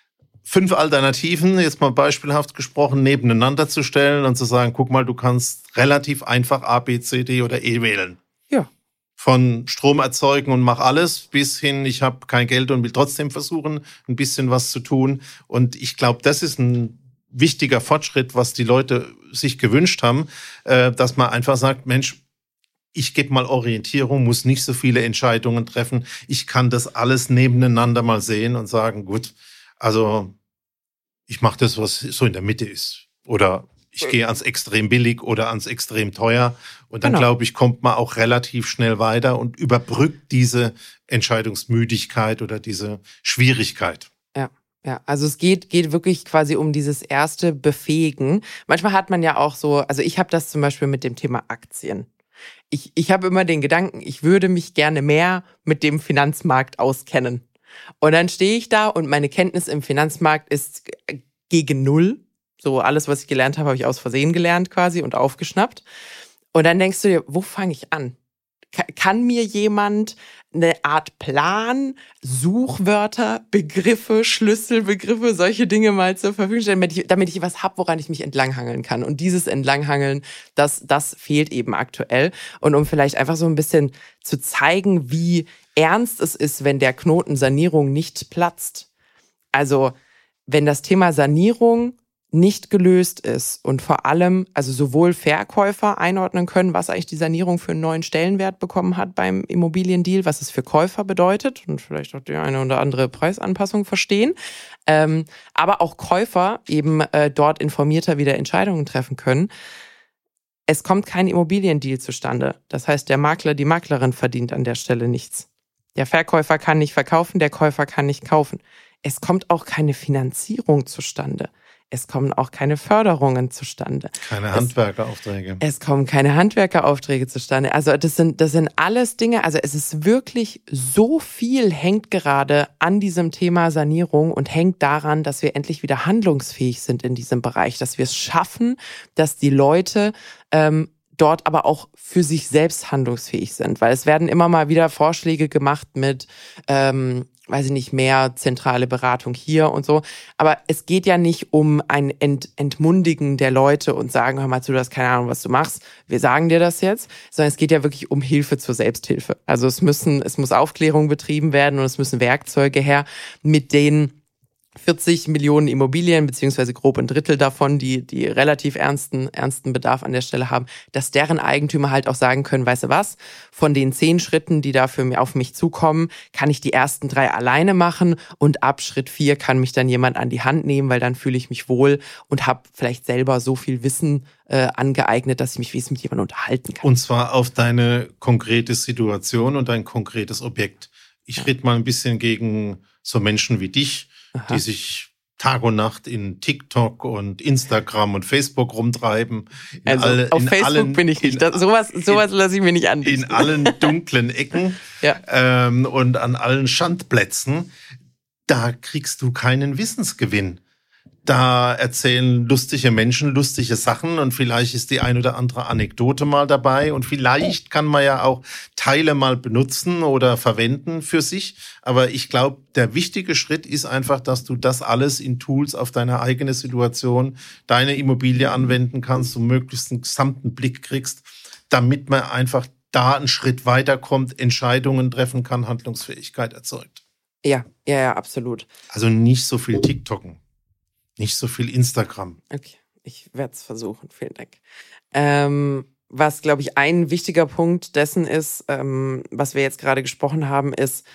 fünf Alternativen, jetzt mal beispielhaft gesprochen, nebeneinander zu stellen und zu sagen, guck mal, du kannst relativ einfach A, B, C, D oder E wählen. Ja. Von Strom erzeugen und mach alles bis hin, ich habe kein Geld und will trotzdem versuchen, ein bisschen was zu tun. Und ich glaube, das ist ein wichtiger Fortschritt, was die Leute sich gewünscht haben, dass man einfach sagt, Mensch, ich gebe mal Orientierung, muss nicht so viele Entscheidungen treffen. Ich kann das alles nebeneinander mal sehen und sagen, gut, also ich mache das, was so in der Mitte ist. Oder ich gehe ans extrem billig oder ans extrem teuer. Und dann, genau. glaube ich, kommt man auch relativ schnell weiter und überbrückt diese Entscheidungsmüdigkeit oder diese Schwierigkeit. Ja. Ja, also es geht geht wirklich quasi um dieses erste Befähigen. Manchmal hat man ja auch so, also ich habe das zum Beispiel mit dem Thema Aktien. Ich, ich habe immer den Gedanken, ich würde mich gerne mehr mit dem Finanzmarkt auskennen. Und dann stehe ich da und meine Kenntnis im Finanzmarkt ist gegen null. So alles, was ich gelernt habe, habe ich aus Versehen gelernt quasi und aufgeschnappt. Und dann denkst du dir, wo fange ich an? Kann mir jemand eine Art Plan, Suchwörter, Begriffe, Schlüsselbegriffe, solche Dinge mal zur Verfügung stellen, damit ich, damit ich was habe, woran ich mich entlanghangeln kann? Und dieses Entlanghangeln, das, das fehlt eben aktuell. Und um vielleicht einfach so ein bisschen zu zeigen, wie ernst es ist, wenn der Knoten Sanierung nicht platzt. Also wenn das Thema Sanierung nicht gelöst ist und vor allem also sowohl Verkäufer einordnen können, was eigentlich die Sanierung für einen neuen Stellenwert bekommen hat beim Immobiliendeal, was es für Käufer bedeutet und vielleicht auch die eine oder andere Preisanpassung verstehen, ähm, aber auch Käufer eben äh, dort informierter wieder Entscheidungen treffen können. Es kommt kein Immobiliendeal zustande. Das heißt, der Makler, die Maklerin verdient an der Stelle nichts. Der Verkäufer kann nicht verkaufen, der Käufer kann nicht kaufen. Es kommt auch keine Finanzierung zustande. Es kommen auch keine Förderungen zustande. Keine es, Handwerkeraufträge. Es kommen keine Handwerkeraufträge zustande. Also das sind, das sind alles Dinge, also es ist wirklich so viel hängt gerade an diesem Thema Sanierung und hängt daran, dass wir endlich wieder handlungsfähig sind in diesem Bereich, dass wir es schaffen, dass die Leute ähm, dort aber auch für sich selbst handlungsfähig sind. Weil es werden immer mal wieder Vorschläge gemacht mit ähm, weiß ich nicht, mehr zentrale Beratung hier und so. Aber es geht ja nicht um ein Ent- Entmundigen der Leute und sagen, hör mal zu, du hast keine Ahnung, was du machst. Wir sagen dir das jetzt. Sondern es geht ja wirklich um Hilfe zur Selbsthilfe. Also es müssen, es muss Aufklärung betrieben werden und es müssen Werkzeuge her, mit denen vierzig Millionen Immobilien, beziehungsweise grob ein Drittel davon, die, die relativ ernsten, ernsten Bedarf an der Stelle haben, dass deren Eigentümer halt auch sagen können, weißt du was, von den zehn Schritten, die dafür auf mich zukommen, kann ich die ersten drei alleine machen und ab Schritt vier kann mich dann jemand an die Hand nehmen, weil dann fühle ich mich wohl und habe vielleicht selber so viel Wissen äh, angeeignet, dass ich mich wesentlich mit jemandem unterhalten kann. Und zwar auf deine konkrete Situation und dein konkretes Objekt. Ich ja. rede mal ein bisschen gegen so Menschen wie dich, Aha. die sich Tag und Nacht in TikTok und Instagram und Facebook rumtreiben. In also alle, auf in Facebook allen, bin ich nicht. Das, sowas sowas lasse ich mir nicht an. In allen dunklen Ecken ja. ähm, und an allen Schandplätzen. Da kriegst du keinen Wissensgewinn. Da erzählen lustige Menschen lustige Sachen und vielleicht ist die ein oder andere Anekdote mal dabei und vielleicht kann man ja auch Teile mal benutzen oder verwenden für sich. Aber ich glaube, der wichtige Schritt ist einfach, dass du das alles in Tools auf deine eigene Situation, deine Immobilie anwenden kannst und möglichst einen gesamten Blick kriegst, damit man einfach da einen Schritt weiterkommt, Entscheidungen treffen kann, Handlungsfähigkeit erzeugt. Ja, ja, ja, absolut. Also nicht so viel TikToken. Nicht so viel Instagram. Okay, ich werde es versuchen. Vielen Dank. Ähm, was, glaube ich, ein wichtiger Punkt dessen ist, ähm, was wir jetzt gerade gesprochen haben, ist,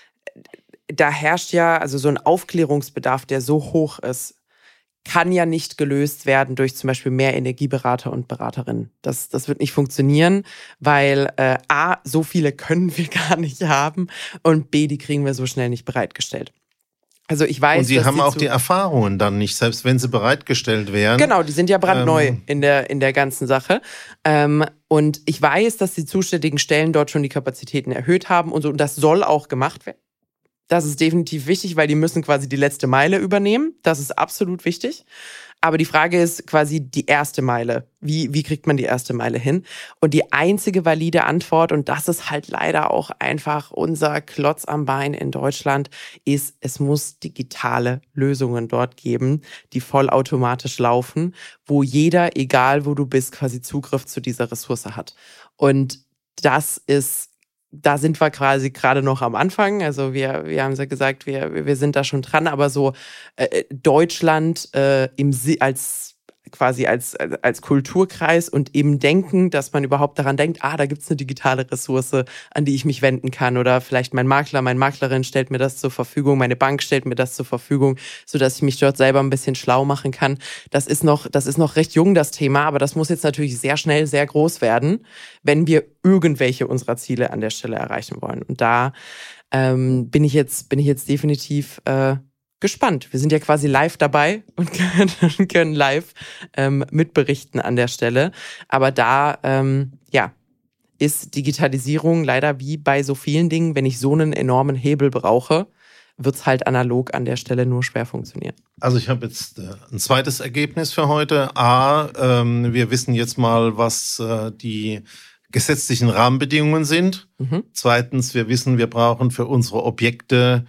da herrscht ja, also so ein Aufklärungsbedarf, der so hoch ist, kann ja nicht gelöst werden durch zum Beispiel mehr Energieberater und Beraterinnen. Das, das wird nicht funktionieren, weil äh, A, so viele können wir gar nicht haben und B, die kriegen wir so schnell nicht bereitgestellt. Also ich weiß, und sie dass haben die auch die Erfahrungen dann nicht, selbst wenn sie bereitgestellt wären. Genau, die sind ja brandneu ähm, in der in der ganzen Sache. Ähm, und ich weiß, dass die zuständigen Stellen dort schon die Kapazitäten erhöht haben und so. Und das soll auch gemacht werden. Das ist definitiv wichtig, weil die müssen quasi die letzte Meile übernehmen. Das ist absolut wichtig. Aber die Frage ist quasi die erste Meile. Wie, wie kriegt man die erste Meile hin? Und die einzige valide Antwort, und das ist halt leider auch einfach unser Klotz am Bein in Deutschland, ist, es muss digitale Lösungen dort geben, die vollautomatisch laufen, wo jeder, egal wo du bist, quasi Zugriff zu dieser Ressource hat. Und das ist Da sind wir quasi gerade noch am Anfang. Also wir, wir haben ja gesagt, wir, wir sind da schon dran, aber so äh, Deutschland äh, im als quasi als als Kulturkreis und im Denken, dass man überhaupt daran denkt, ah, da gibt's eine digitale Ressource, an die ich mich wenden kann, oder vielleicht mein Makler, meine Maklerin stellt mir das zur Verfügung, meine Bank stellt mir das zur Verfügung, so dass ich mich dort selber ein bisschen schlau machen kann. Das ist noch, das ist noch recht jung, das Thema, aber das muss jetzt natürlich sehr schnell sehr groß werden, wenn wir irgendwelche unserer Ziele an der Stelle erreichen wollen. Und da ähm, bin ich jetzt bin ich jetzt definitiv äh, gespannt. Wir sind ja quasi live dabei und können, können live ähm, mitberichten an der Stelle. Aber da, ähm, ja, ist Digitalisierung leider wie bei so vielen Dingen, wenn ich so einen enormen Hebel brauche, wird's halt analog an der Stelle nur schwer funktionieren. Also ich habe jetzt äh, ein zweites Ergebnis für heute. A, ähm, wir wissen jetzt mal, was äh, die gesetzlichen Rahmenbedingungen sind. Mhm. Zweitens, wir wissen, wir brauchen für unsere Objekte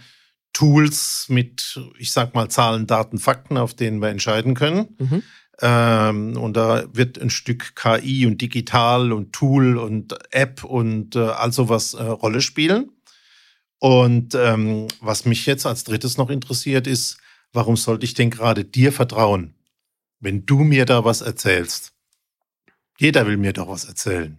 Tools mit, ich sag mal, Zahlen, Daten, Fakten, auf denen wir entscheiden können. Mhm. Ähm, und da wird ein Stück K I und digital und Tool und App und äh, all sowas äh, Rolle spielen. Und ähm, was mich jetzt als drittes noch interessiert ist, warum sollte ich denn gerade dir vertrauen, wenn du mir da was erzählst? Jeder will mir doch was erzählen.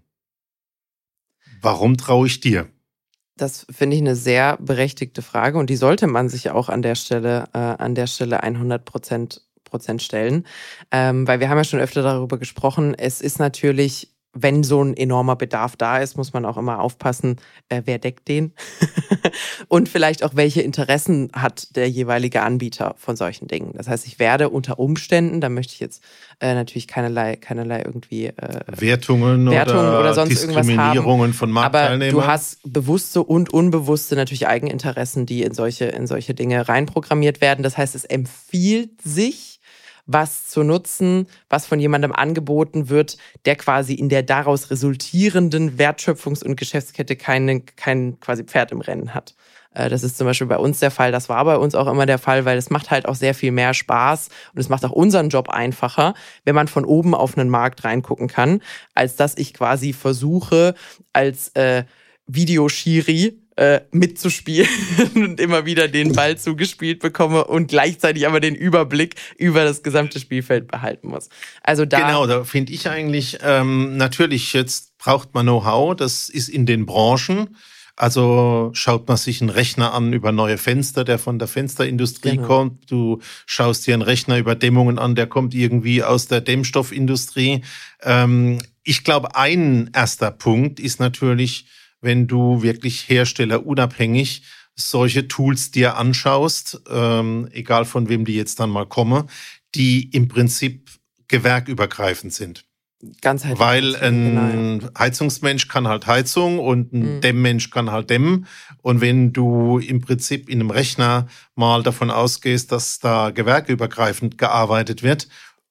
Warum traue ich dir? Das finde ich eine sehr berechtigte Frage und die sollte man sich auch an der Stelle, äh, an der Stelle hundert Prozent stellen, ähm, weil wir haben ja schon öfter darüber gesprochen. Es ist natürlich, wenn so ein enormer Bedarf da ist, muss man auch immer aufpassen, äh, wer deckt den und vielleicht auch, welche Interessen hat der jeweilige Anbieter von solchen Dingen. Das heißt, ich werde unter Umständen, da möchte ich jetzt äh, natürlich keinerlei, keinerlei irgendwie äh, Wertungen, Wertungen oder, oder sonst Diskriminierungen irgendwas haben, von Marktteilnehmern. Aber du hast bewusste und unbewusste natürlich Eigeninteressen, die in solche, in solche Dinge reinprogrammiert werden. Das heißt, es empfiehlt sich, was zu nutzen, was von jemandem angeboten wird, der quasi in der daraus resultierenden Wertschöpfungs- und Geschäftskette kein, kein quasi Pferd im Rennen hat. Das ist zum Beispiel bei uns der Fall. Das war bei uns auch immer der Fall, weil es macht halt auch sehr viel mehr Spaß und es macht auch unseren Job einfacher, wenn man von oben auf einen Markt reingucken kann, als dass ich quasi versuche, als äh, Videoschiri äh, mitzuspielen und immer wieder den Ball zugespielt bekomme und gleichzeitig aber den Überblick über das gesamte Spielfeld behalten muss. Also da genau, da finde ich eigentlich, ähm, natürlich, jetzt braucht man Know-how, das ist in den Branchen. Also schaut man sich einen Rechner an über neue Fenster, der von der Fensterindustrie genau. kommt. Du schaust dir einen Rechner über Dämmungen an, der kommt irgendwie aus der Dämmstoffindustrie. Ähm, ich glaube, ein erster Punkt ist natürlich, wenn du wirklich herstellerunabhängig solche Tools dir anschaust, ähm, egal von wem die jetzt dann mal kommen, die im Prinzip gewerkübergreifend sind. Ganzheitlich. Weil ein genau. Heizungsmensch kann halt Heizung und ein mhm. Dämmmensch kann halt dämmen. Und wenn du im Prinzip in einem Rechner mal davon ausgehst, dass da gewerkeübergreifend gearbeitet wird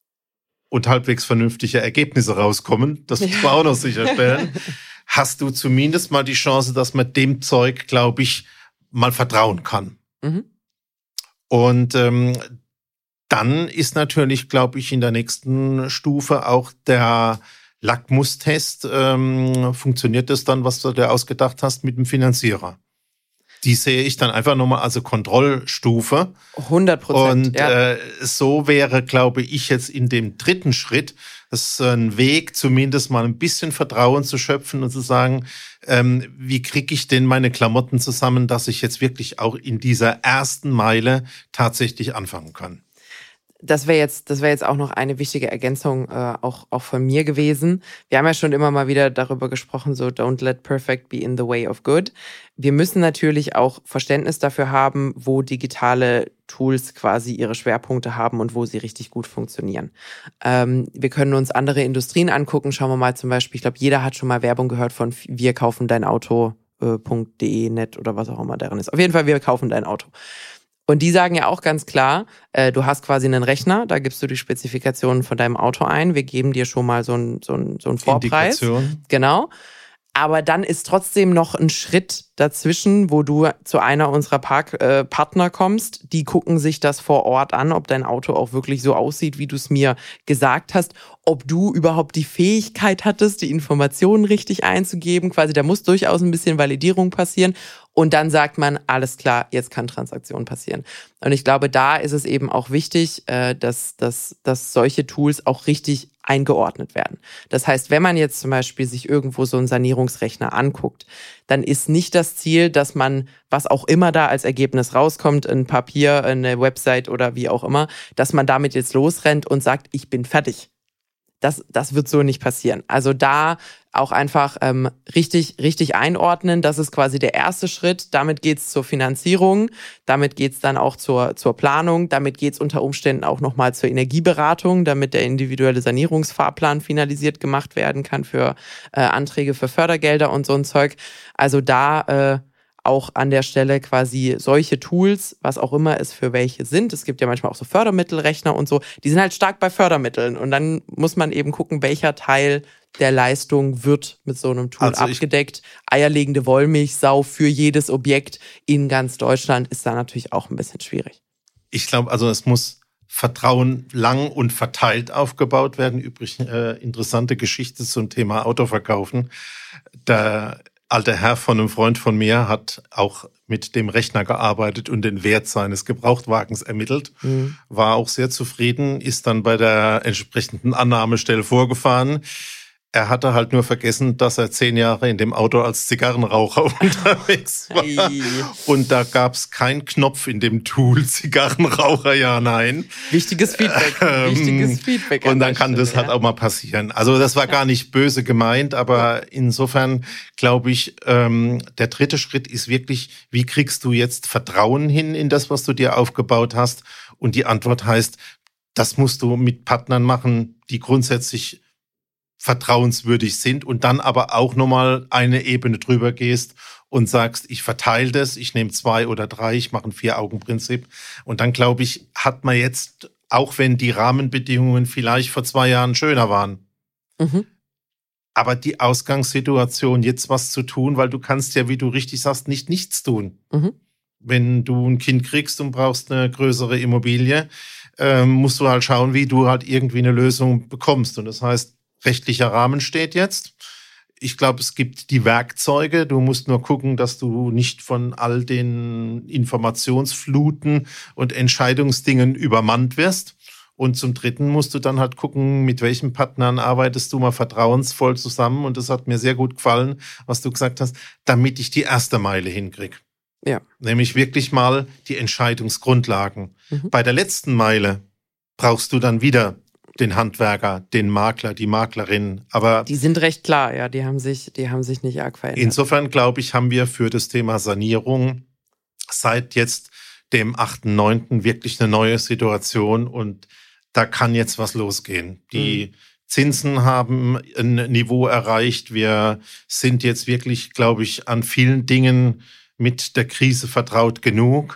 und halbwegs vernünftige Ergebnisse rauskommen, das muss man ja. auch noch sicherstellen, hast du zumindest mal die Chance, dass man dem Zeug, glaube ich, mal vertrauen kann. Mhm. Und ähm, dann ist natürlich, glaube ich, in der nächsten Stufe auch der Lackmustest. Ähm, funktioniert das dann, was du dir ausgedacht hast, mit dem Finanzierer? Die sehe ich dann einfach nochmal als Kontrollstufe. hundert Prozent. Und ja. äh, so wäre, glaube ich, jetzt in dem dritten Schritt das ist ein Weg, zumindest mal ein bisschen Vertrauen zu schöpfen und zu sagen, ähm, wie kriege ich denn meine Klamotten zusammen, dass ich jetzt wirklich auch in dieser ersten Meile tatsächlich anfangen kann. Das wäre jetzt, das wäre jetzt auch noch eine wichtige Ergänzung äh, auch auch von mir gewesen. Wir haben ja schon immer mal wieder darüber gesprochen, so don't let perfect be in the way of good. Wir müssen natürlich auch Verständnis dafür haben, wo digitale Tools quasi ihre Schwerpunkte haben und wo sie richtig gut funktionieren. Ähm, wir können uns andere Industrien angucken. Schauen wir mal zum Beispiel, ich glaube, jeder hat schon mal Werbung gehört von wir kaufen dein Auto äh, .de, net oder was auch immer darin ist. Auf jeden Fall, wir kaufen dein Auto. Und die sagen ja auch ganz klar, äh, du hast quasi einen Rechner, da gibst du die Spezifikationen von deinem Auto ein, wir geben dir schon mal so einen so einen, so einen Vorpreis. Indikation. Genau. Aber dann ist trotzdem noch ein Schritt dazwischen, wo du zu einer unserer Park, äh, Partner kommst. Die gucken sich das vor Ort an, ob dein Auto auch wirklich so aussieht, wie du es mir gesagt hast. Ob du überhaupt die Fähigkeit hattest, die Informationen richtig einzugeben. Quasi, da muss durchaus ein bisschen Validierung passieren. Und dann sagt man, alles klar, jetzt kann Transaktion passieren. Und ich glaube, da ist es eben auch wichtig, dass, dass, dass solche Tools auch richtig eingeordnet werden. Das heißt, wenn man jetzt zum Beispiel sich irgendwo so einen Sanierungsrechner anguckt, dann ist nicht das Ziel, dass man, was auch immer da als Ergebnis rauskommt, ein Papier, eine Website oder wie auch immer, dass man damit jetzt losrennt und sagt, ich bin fertig. Das, das wird so nicht passieren. Also da auch einfach ähm, richtig, richtig einordnen. Das ist quasi der erste Schritt. Damit geht's zur Finanzierung. Damit geht's dann auch zur, zur Planung. Damit geht's unter Umständen auch nochmal zur Energieberatung, damit der individuelle Sanierungsfahrplan finalisiert gemacht werden kann für äh, Anträge für Fördergelder und so ein Zeug. Also da äh, auch an der Stelle quasi solche Tools, was auch immer es für welche sind. Es gibt ja manchmal auch so Fördermittelrechner und so. Die sind halt stark bei Fördermitteln. Und dann muss man eben gucken, welcher Teil der Leistung wird mit so einem Tool also abgedeckt. Eierlegende Wollmilchsau für jedes Objekt in ganz Deutschland ist da natürlich auch ein bisschen schwierig. Ich glaube, also es muss Vertrauen lang und verteilt aufgebaut werden. Übrigens äh, interessante Geschichte zum Thema Autoverkaufen. Da alter Herr von einem Freund von mir hat auch mit dem Rechner gearbeitet und den Wert seines Gebrauchtwagens ermittelt, mhm. war auch sehr zufrieden, ist dann bei der entsprechenden Annahmestelle vorgefahren. Er hatte halt nur vergessen, dass er zehn Jahre in dem Auto als Zigarrenraucher unterwegs war. Hey. Und da gab es keinen Knopf in dem Tool, Zigarrenraucher, ja, nein. Wichtiges Feedback, ähm, wichtiges Feedback. Und dann kann Stelle, das halt ja. auch mal passieren. Also das war ja. gar nicht böse gemeint, aber insofern glaube ich, ähm, der dritte Schritt ist wirklich, wie kriegst du jetzt Vertrauen hin in das, was du dir aufgebaut hast? Und die Antwort heißt, das musst du mit Partnern machen, die grundsätzlich vertrauenswürdig sind und dann aber auch nochmal eine Ebene drüber gehst und sagst, ich verteile das, ich nehme zwei oder drei, ich mache ein Vier-Augen-Prinzip. Und dann, glaube ich, hat man jetzt, auch wenn die Rahmenbedingungen vielleicht vor zwei Jahren schöner waren, mhm. aber die Ausgangssituation, jetzt was zu tun, weil du kannst ja, wie du richtig sagst, nicht nichts tun. Mhm. Wenn du ein Kind kriegst und brauchst eine größere Immobilie, äh, musst du halt schauen, wie du halt irgendwie eine Lösung bekommst. Und das heißt, rechtlicher Rahmen steht jetzt. Ich glaube, es gibt die Werkzeuge. Du musst nur gucken, dass du nicht von all den Informationsfluten und Entscheidungsdingen übermannt wirst. Und zum Dritten musst du dann halt gucken, mit welchen Partnern arbeitest du mal vertrauensvoll zusammen. Und das hat mir sehr gut gefallen, was du gesagt hast, damit ich die erste Meile hinkriege. Ja. Nämlich wirklich mal die Entscheidungsgrundlagen. Mhm. Bei der letzten Meile brauchst du dann wieder den Handwerker, den Makler, die Maklerin. Aber die sind recht klar, ja, die haben sich, die haben sich nicht arg verändert. Insofern, glaube ich, haben wir für das Thema Sanierung seit jetzt dem achten neunten wirklich eine neue Situation und da kann jetzt was losgehen. Die mhm. Zinsen haben ein Niveau erreicht. Wir sind jetzt wirklich, glaube ich, an vielen Dingen mit der Krise vertraut genug.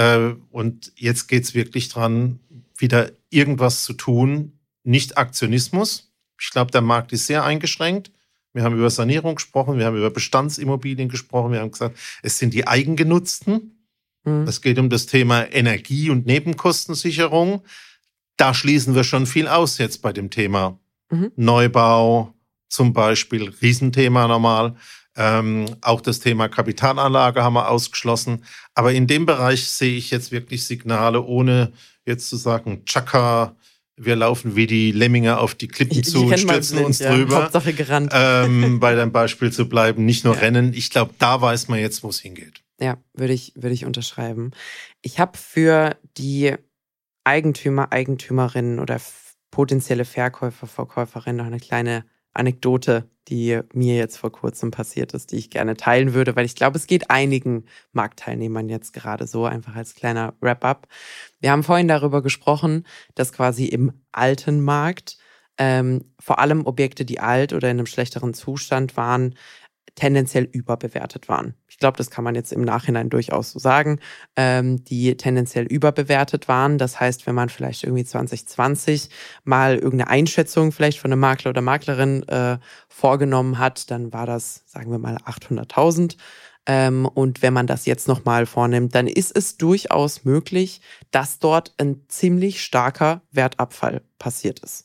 Und jetzt geht es wirklich dran, wieder irgendwas zu tun. Nicht Aktionismus. Ich glaube, der Markt ist sehr eingeschränkt. Wir haben über Sanierung gesprochen, wir haben über Bestandsimmobilien gesprochen, wir haben gesagt, es sind die Eigengenutzten. Mhm. Es geht um das Thema Energie- und Nebenkostensicherung. Da schließen wir schon viel aus jetzt bei dem Thema. Mhm. Neubau zum Beispiel, Riesenthema normal. Ähm, auch das Thema Kapitalanlage haben wir ausgeschlossen. Aber in dem Bereich sehe ich jetzt wirklich Signale, ohne jetzt zu sagen, tschakka, wir laufen wie die Lemminge auf die Klippen ich, zu ich und stürzen blind, uns ja. drüber. Hauptsache gerannt. Ähm, bei deinem Beispiel zu bleiben, nicht nur ja. rennen. Ich glaube, da weiß man jetzt, wo es hingeht. Ja, würde ich, würde ich unterschreiben. Ich habe für die Eigentümer, Eigentümerinnen oder potenzielle Verkäufer, Verkäuferinnen noch eine kleine Anekdote, die mir jetzt vor kurzem passiert ist, die ich gerne teilen würde, weil ich glaube, es geht einigen Marktteilnehmern jetzt gerade so, einfach als kleiner Wrap-up. Wir haben vorhin darüber gesprochen, dass quasi im alten Markt ähm, vor allem Objekte, die alt oder in einem schlechteren Zustand waren, tendenziell überbewertet waren. Ich glaube, das kann man jetzt im Nachhinein durchaus so sagen, ähm, die tendenziell überbewertet waren. Das heißt, wenn man vielleicht irgendwie zwanzig zwanzig mal irgendeine Einschätzung vielleicht von einem Makler oder Maklerin äh, vorgenommen hat, dann war das, sagen wir mal, achthunderttausend. Ähm, und wenn man das jetzt nochmal vornimmt, dann ist es durchaus möglich, dass dort ein ziemlich starker Wertabfall passiert ist.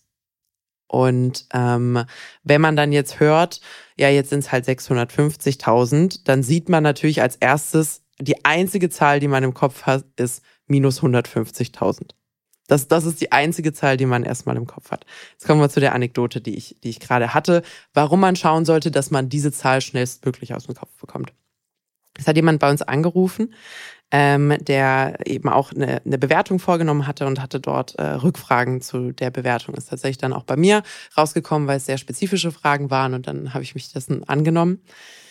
Und ähm, wenn man dann jetzt hört, ja, jetzt sind es halt sechshundertfünfzigtausend, dann sieht man natürlich als erstes, die einzige Zahl, die man im Kopf hat, ist minus hundertfünfzigtausend. Das, das ist die einzige Zahl, die man erstmal im Kopf hat. Jetzt kommen wir zu der Anekdote, die ich, die ich gerade hatte, warum man schauen sollte, dass man diese Zahl schnellstmöglich aus dem Kopf bekommt. Es hat jemand bei uns angerufen, ähm, der eben auch eine, eine Bewertung vorgenommen hatte und hatte dort äh, Rückfragen zu der Bewertung. Ist tatsächlich dann auch bei mir rausgekommen, weil es sehr spezifische Fragen waren und dann habe ich mich dessen angenommen.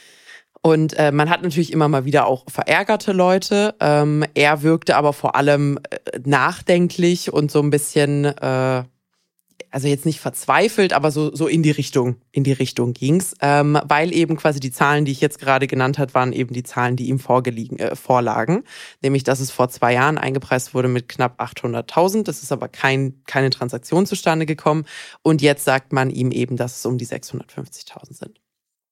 Und äh, man hat natürlich immer mal wieder auch verärgerte Leute. Ähm, er wirkte aber vor allem äh, nachdenklich und so ein bisschen, äh, also jetzt nicht verzweifelt, aber so so in die Richtung, in die Richtung ging's, ähm, weil eben quasi die Zahlen, die ich jetzt gerade genannt habe, waren eben die Zahlen, die ihm vorgelegen, äh, vorlagen, nämlich dass es vor zwei Jahren eingepreist wurde mit knapp achthunderttausend. Das ist aber kein keine Transaktion zustande gekommen und jetzt sagt man ihm eben, dass es um die sechshundertfünfzigtausend sind.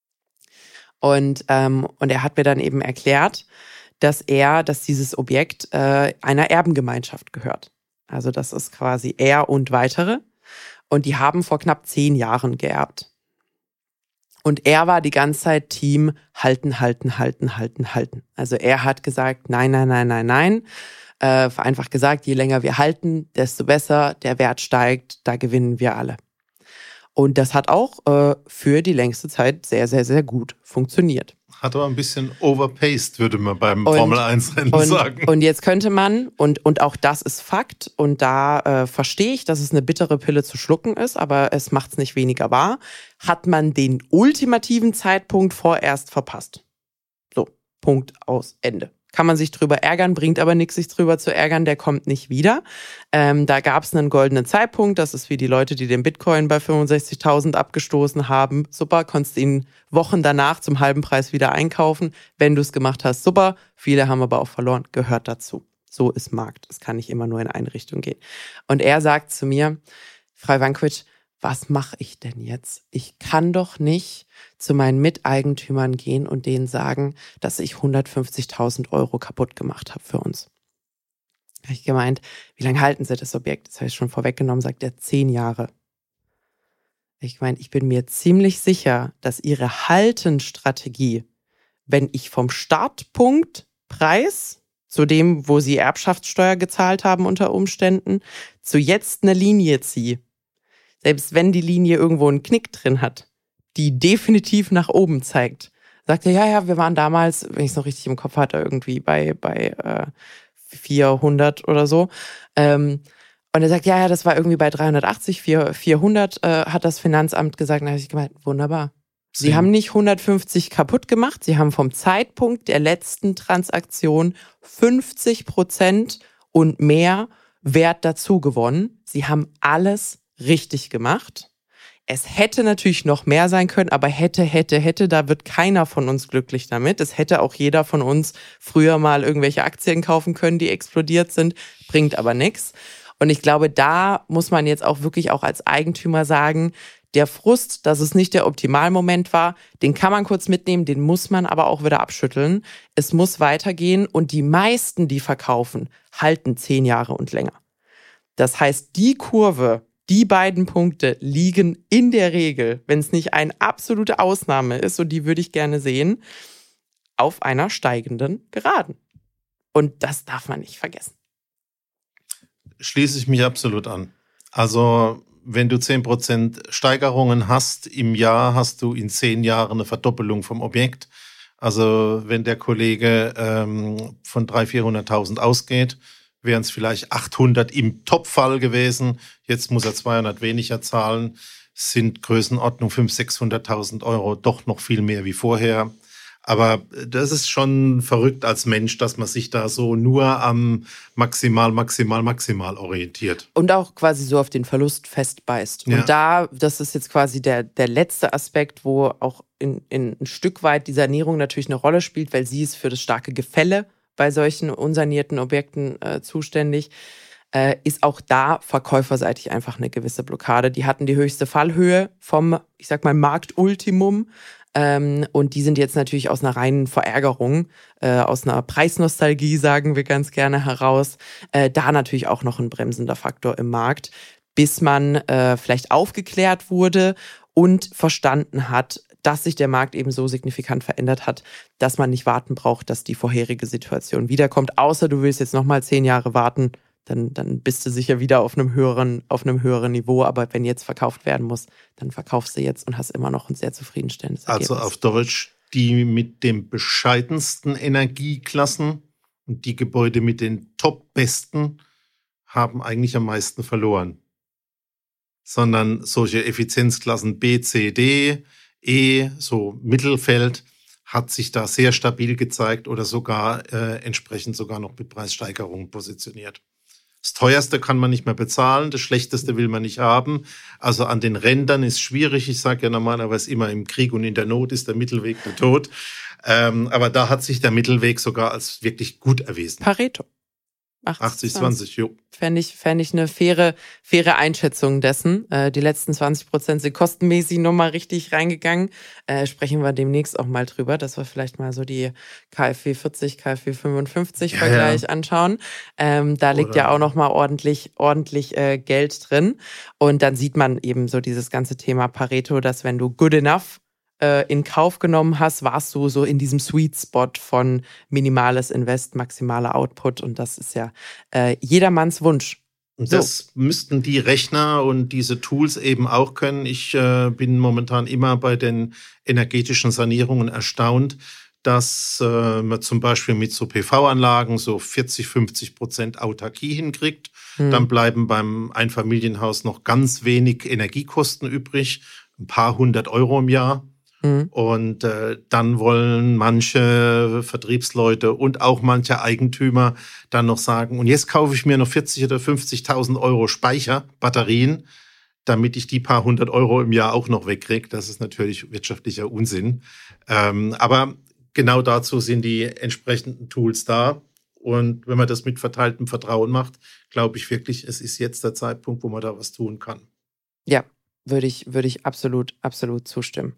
Und ähm, und er hat mir dann eben erklärt, dass er, dass dieses Objekt äh, einer Erbengemeinschaft gehört. Also das ist quasi er und weitere. Und die haben vor knapp zehn Jahren geerbt. Und er war die ganze Zeit Team halten, halten, halten, halten, halten. Also er hat gesagt, nein, nein, nein, nein, nein. Äh, vereinfacht gesagt, je länger wir halten, desto besser, der Wert steigt, da gewinnen wir alle. Und das hat auch äh, für die längste Zeit sehr, sehr, sehr gut funktioniert. Hat aber ein bisschen overpaced, würde man beim Formel eins Rennen und, sagen. Und jetzt könnte man, und, und auch das ist Fakt, und da äh, verstehe ich, dass es eine bittere Pille zu schlucken ist, aber es macht es nicht weniger wahr, hat man den ultimativen Zeitpunkt vorerst verpasst. So, Punkt, aus, Ende. Kann man sich drüber ärgern, bringt aber nichts, sich drüber zu ärgern, der kommt nicht wieder. Ähm, da gab es einen goldenen Zeitpunkt, das ist wie die Leute, die den Bitcoin bei fünfundsechzigtausend abgestoßen haben. Super, konntest ihn Wochen danach zum halben Preis wieder einkaufen. Wenn du es gemacht hast, super. Viele haben aber auch verloren, gehört dazu. So ist Markt, es kann nicht immer nur in eine Richtung gehen. Und er sagt zu mir, Frau Ivankovic, was mache ich denn jetzt? Ich kann doch nicht zu meinen Miteigentümern gehen und denen sagen, dass ich hundertfünfzigtausend Euro kaputt gemacht habe für uns. Da habe ich gemeint, wie lange halten Sie das Objekt? Das habe ich schon vorweggenommen, sagt er, zehn Jahre. Ich meine, ich bin mir ziemlich sicher, dass ihre Haltenstrategie, wenn ich vom Startpunkt Preis zu dem, wo sie Erbschaftssteuer gezahlt haben unter Umständen, zu jetzt eine Linie ziehe, selbst wenn die Linie irgendwo einen Knick drin hat, die definitiv nach oben zeigt, sagt er, ja, ja, wir waren damals, wenn ich es noch richtig im Kopf hatte, irgendwie bei, bei äh, vierhundert oder so. Ähm, und er sagt, ja, ja, das war irgendwie bei dreihundertachtzig, vierhundert äh, hat das Finanzamt gesagt. Und da habe ich gemeint, wunderbar. Sie Sie- haben nicht hundertfünfzig kaputt gemacht, sie haben vom Zeitpunkt der letzten Transaktion fünfzig Prozent und mehr Wert dazu gewonnen. Sie haben alles richtig gemacht. Es hätte natürlich noch mehr sein können, aber hätte, hätte, hätte, da wird keiner von uns glücklich damit. Es hätte auch jeder von uns früher mal irgendwelche Aktien kaufen können, die explodiert sind, bringt aber nichts. Und ich glaube, da muss man jetzt auch wirklich auch als Eigentümer sagen, der Frust, dass es nicht der Optimalmoment war, den kann man kurz mitnehmen, den muss man aber auch wieder abschütteln. Es muss weitergehen und die meisten, die verkaufen, halten zehn Jahre und länger. Das heißt, die Kurve, die beiden Punkte liegen in der Regel, wenn es nicht eine absolute Ausnahme ist, und die würde ich gerne sehen, auf einer steigenden Geraden. Und das darf man nicht vergessen. Schließe ich mich absolut an. Also wenn du zehn Prozent Steigerungen hast im Jahr, hast du in zehn Jahren eine Verdoppelung vom Objekt. Also wenn der Kollege ähm, von dreihunderttausend, vierhunderttausend ausgeht, wären es vielleicht achthundert im Top-Fall gewesen. Jetzt muss er zweihundert weniger zahlen. Sind Größenordnung fünfhunderttausend, sechshunderttausend Euro doch noch viel mehr wie vorher. Aber das ist schon verrückt als Mensch, dass man sich da so nur am maximal, maximal, maximal orientiert. Und auch quasi so auf den Verlust festbeißt. Ja. Und da, das ist jetzt quasi der, der letzte Aspekt, wo auch in, in ein Stück weit die Sanierung natürlich eine Rolle spielt, weil sie ist für das starke Gefälle bei solchen unsanierten Objekten äh, zuständig, äh, ist auch da verkäuferseitig einfach eine gewisse Blockade. Die hatten die höchste Fallhöhe vom, ich sag mal, Marktultimum. Ähm, und die sind jetzt natürlich aus einer reinen Verärgerung, äh, aus einer Preisnostalgie, sagen wir ganz gerne, heraus, äh, da natürlich auch noch ein bremsender Faktor im Markt, bis man äh, vielleicht aufgeklärt wurde und verstanden hat, dass sich der Markt eben so signifikant verändert hat, dass man nicht warten braucht, dass die vorherige Situation wiederkommt. Außer du willst jetzt nochmal zehn Jahre warten, dann, dann bist du sicher wieder auf einem höheren, auf einem höheren Niveau. Aber wenn jetzt verkauft werden muss, dann verkaufst du jetzt und hast immer noch ein sehr zufriedenstellendes Ergebnis. Also auf Deutsch, die mit den bescheidensten Energieklassen und die Gebäude mit den top-besten haben eigentlich am meisten verloren. Sondern solche Effizienzklassen B, C, D, E, so Mittelfeld, hat sich da sehr stabil gezeigt oder sogar äh, entsprechend sogar noch mit Preissteigerungen positioniert. Das Teuerste kann man nicht mehr bezahlen, das Schlechteste will man nicht haben. Also an den Rändern ist schwierig. Ich sage ja normalerweise immer, im Krieg und in der Not ist der Mittelweg der Tod. Ähm, aber da hat sich der Mittelweg sogar als wirklich gut erwiesen. Pareto. achtzig zwanzig, jo. Fände ich, fänd ich eine faire, faire Einschätzung dessen. Äh, die letzten zwanzig Prozent sind kostenmäßig nochmal richtig reingegangen. Äh, sprechen wir demnächst auch mal drüber, dass wir vielleicht mal so die K f W vierzig, K f W fünfundfünfzig Ja, Vergleich ja. anschauen. Ähm, da liegt Oder- ja auch nochmal ordentlich, ordentlich äh, Geld drin. Und dann sieht man eben so dieses ganze Thema Pareto, dass wenn du good enough in Kauf genommen hast, warst du so in diesem Sweet Spot von minimales Invest, maximaler Output, und das ist ja äh, jedermanns Wunsch. Und So. das müssten die Rechner und diese Tools eben auch können. Ich äh, bin momentan immer bei den energetischen Sanierungen erstaunt, dass äh, man zum Beispiel mit so P V-Anlagen so vierzig, fünfzig Prozent Autarkie hinkriegt. Hm. Dann bleiben beim Einfamilienhaus noch ganz wenig Energiekosten übrig, ein paar hundert Euro im Jahr. Hm. Und äh, dann wollen manche Vertriebsleute und auch manche Eigentümer dann noch sagen, und jetzt kaufe ich mir noch vierzig oder fünfzigtausend Euro Speicher, Batterien, damit ich die paar hundert Euro im Jahr auch noch wegkriege. Das ist natürlich wirtschaftlicher Unsinn. Ähm, aber genau dazu sind die entsprechenden Tools da. Und wenn man das mit verteiltem Vertrauen macht, glaube ich wirklich, es ist jetzt der Zeitpunkt, wo man da was tun kann. Ja, würde ich, würde ich absolut, absolut zustimmen.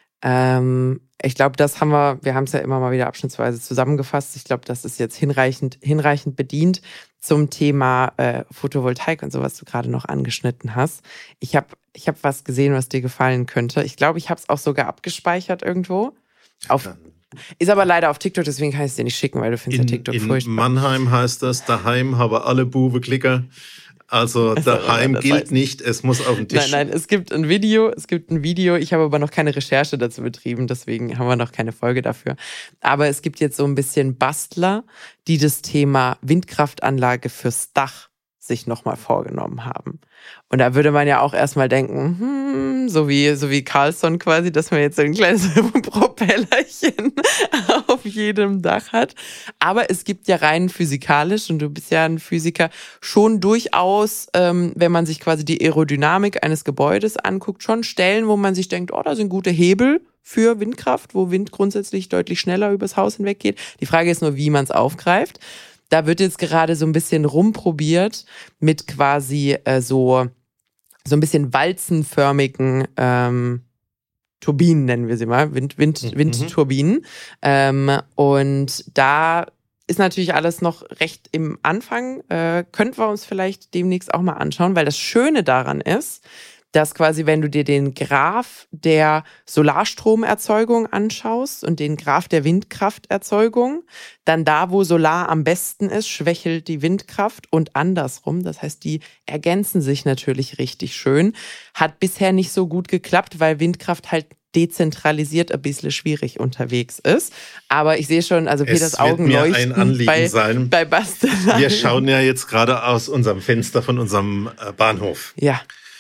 Ähm, ich glaube, das haben wir, wir haben es ja immer mal wieder abschnittsweise zusammengefasst. Ich glaube, das ist jetzt hinreichend, hinreichend bedient zum Thema äh, Photovoltaik und so, was du gerade noch angeschnitten hast. Ich habe ich habe was gesehen, was dir gefallen könnte. Ich glaube, ich habe es auch sogar abgespeichert irgendwo. Auf, ist aber leider auf TikTok, deswegen kann ich es dir nicht schicken, weil du findest ja TikTok in furchtbar. In Mannheim heißt das, daheim haben alle Buwe-Klicker. Also daheim gilt heißt. nicht, es muss auf den Tisch. Nein, nein, es gibt ein Video, es gibt ein Video. Ich habe aber noch keine Recherche dazu betrieben, deswegen haben wir noch keine Folge dafür. Aber es gibt jetzt so ein bisschen Bastler, die das Thema Windkraftanlage fürs Dach sich nochmal vorgenommen haben. Und da würde man ja auch erstmal denken, hm, so wie, so wie Carlson quasi, dass man jetzt so ein kleines Propellerchen auf jedem Dach hat. Aber es gibt ja rein physikalisch, und du bist ja ein Physiker, schon durchaus, ähm, wenn man sich quasi die Aerodynamik eines Gebäudes anguckt, schon Stellen, wo man sich denkt, oh, da sind gute Hebel für Windkraft, wo Wind grundsätzlich deutlich schneller übers Haus hinweg geht. Die Frage ist nur, wie man es aufgreift. Da wird jetzt gerade so ein bisschen rumprobiert mit quasi äh, so, so ein bisschen walzenförmigen ähm, Turbinen, nennen wir sie mal, Wind, Wind, mhm. Windturbinen. Ähm, und da ist natürlich alles noch recht im Anfang. Äh, könnten wir uns vielleicht demnächst auch mal anschauen, weil das Schöne daran ist, dass quasi, wenn du dir den Graph der Solarstromerzeugung anschaust und den Graph der Windkrafterzeugung, dann da, wo Solar am besten ist, schwächelt die Windkraft und andersrum. Das heißt, die ergänzen sich natürlich richtig schön. Hat bisher nicht so gut geklappt, weil Windkraft halt dezentralisiert ein bisschen schwierig unterwegs ist. Aber ich sehe schon, also Peters Augen leuchten. Es wird mir ein Anliegen bei, sein. Bei Bastelei. Wir schauen ja jetzt gerade aus unserem Fenster von unserem Bahnhof. Ja.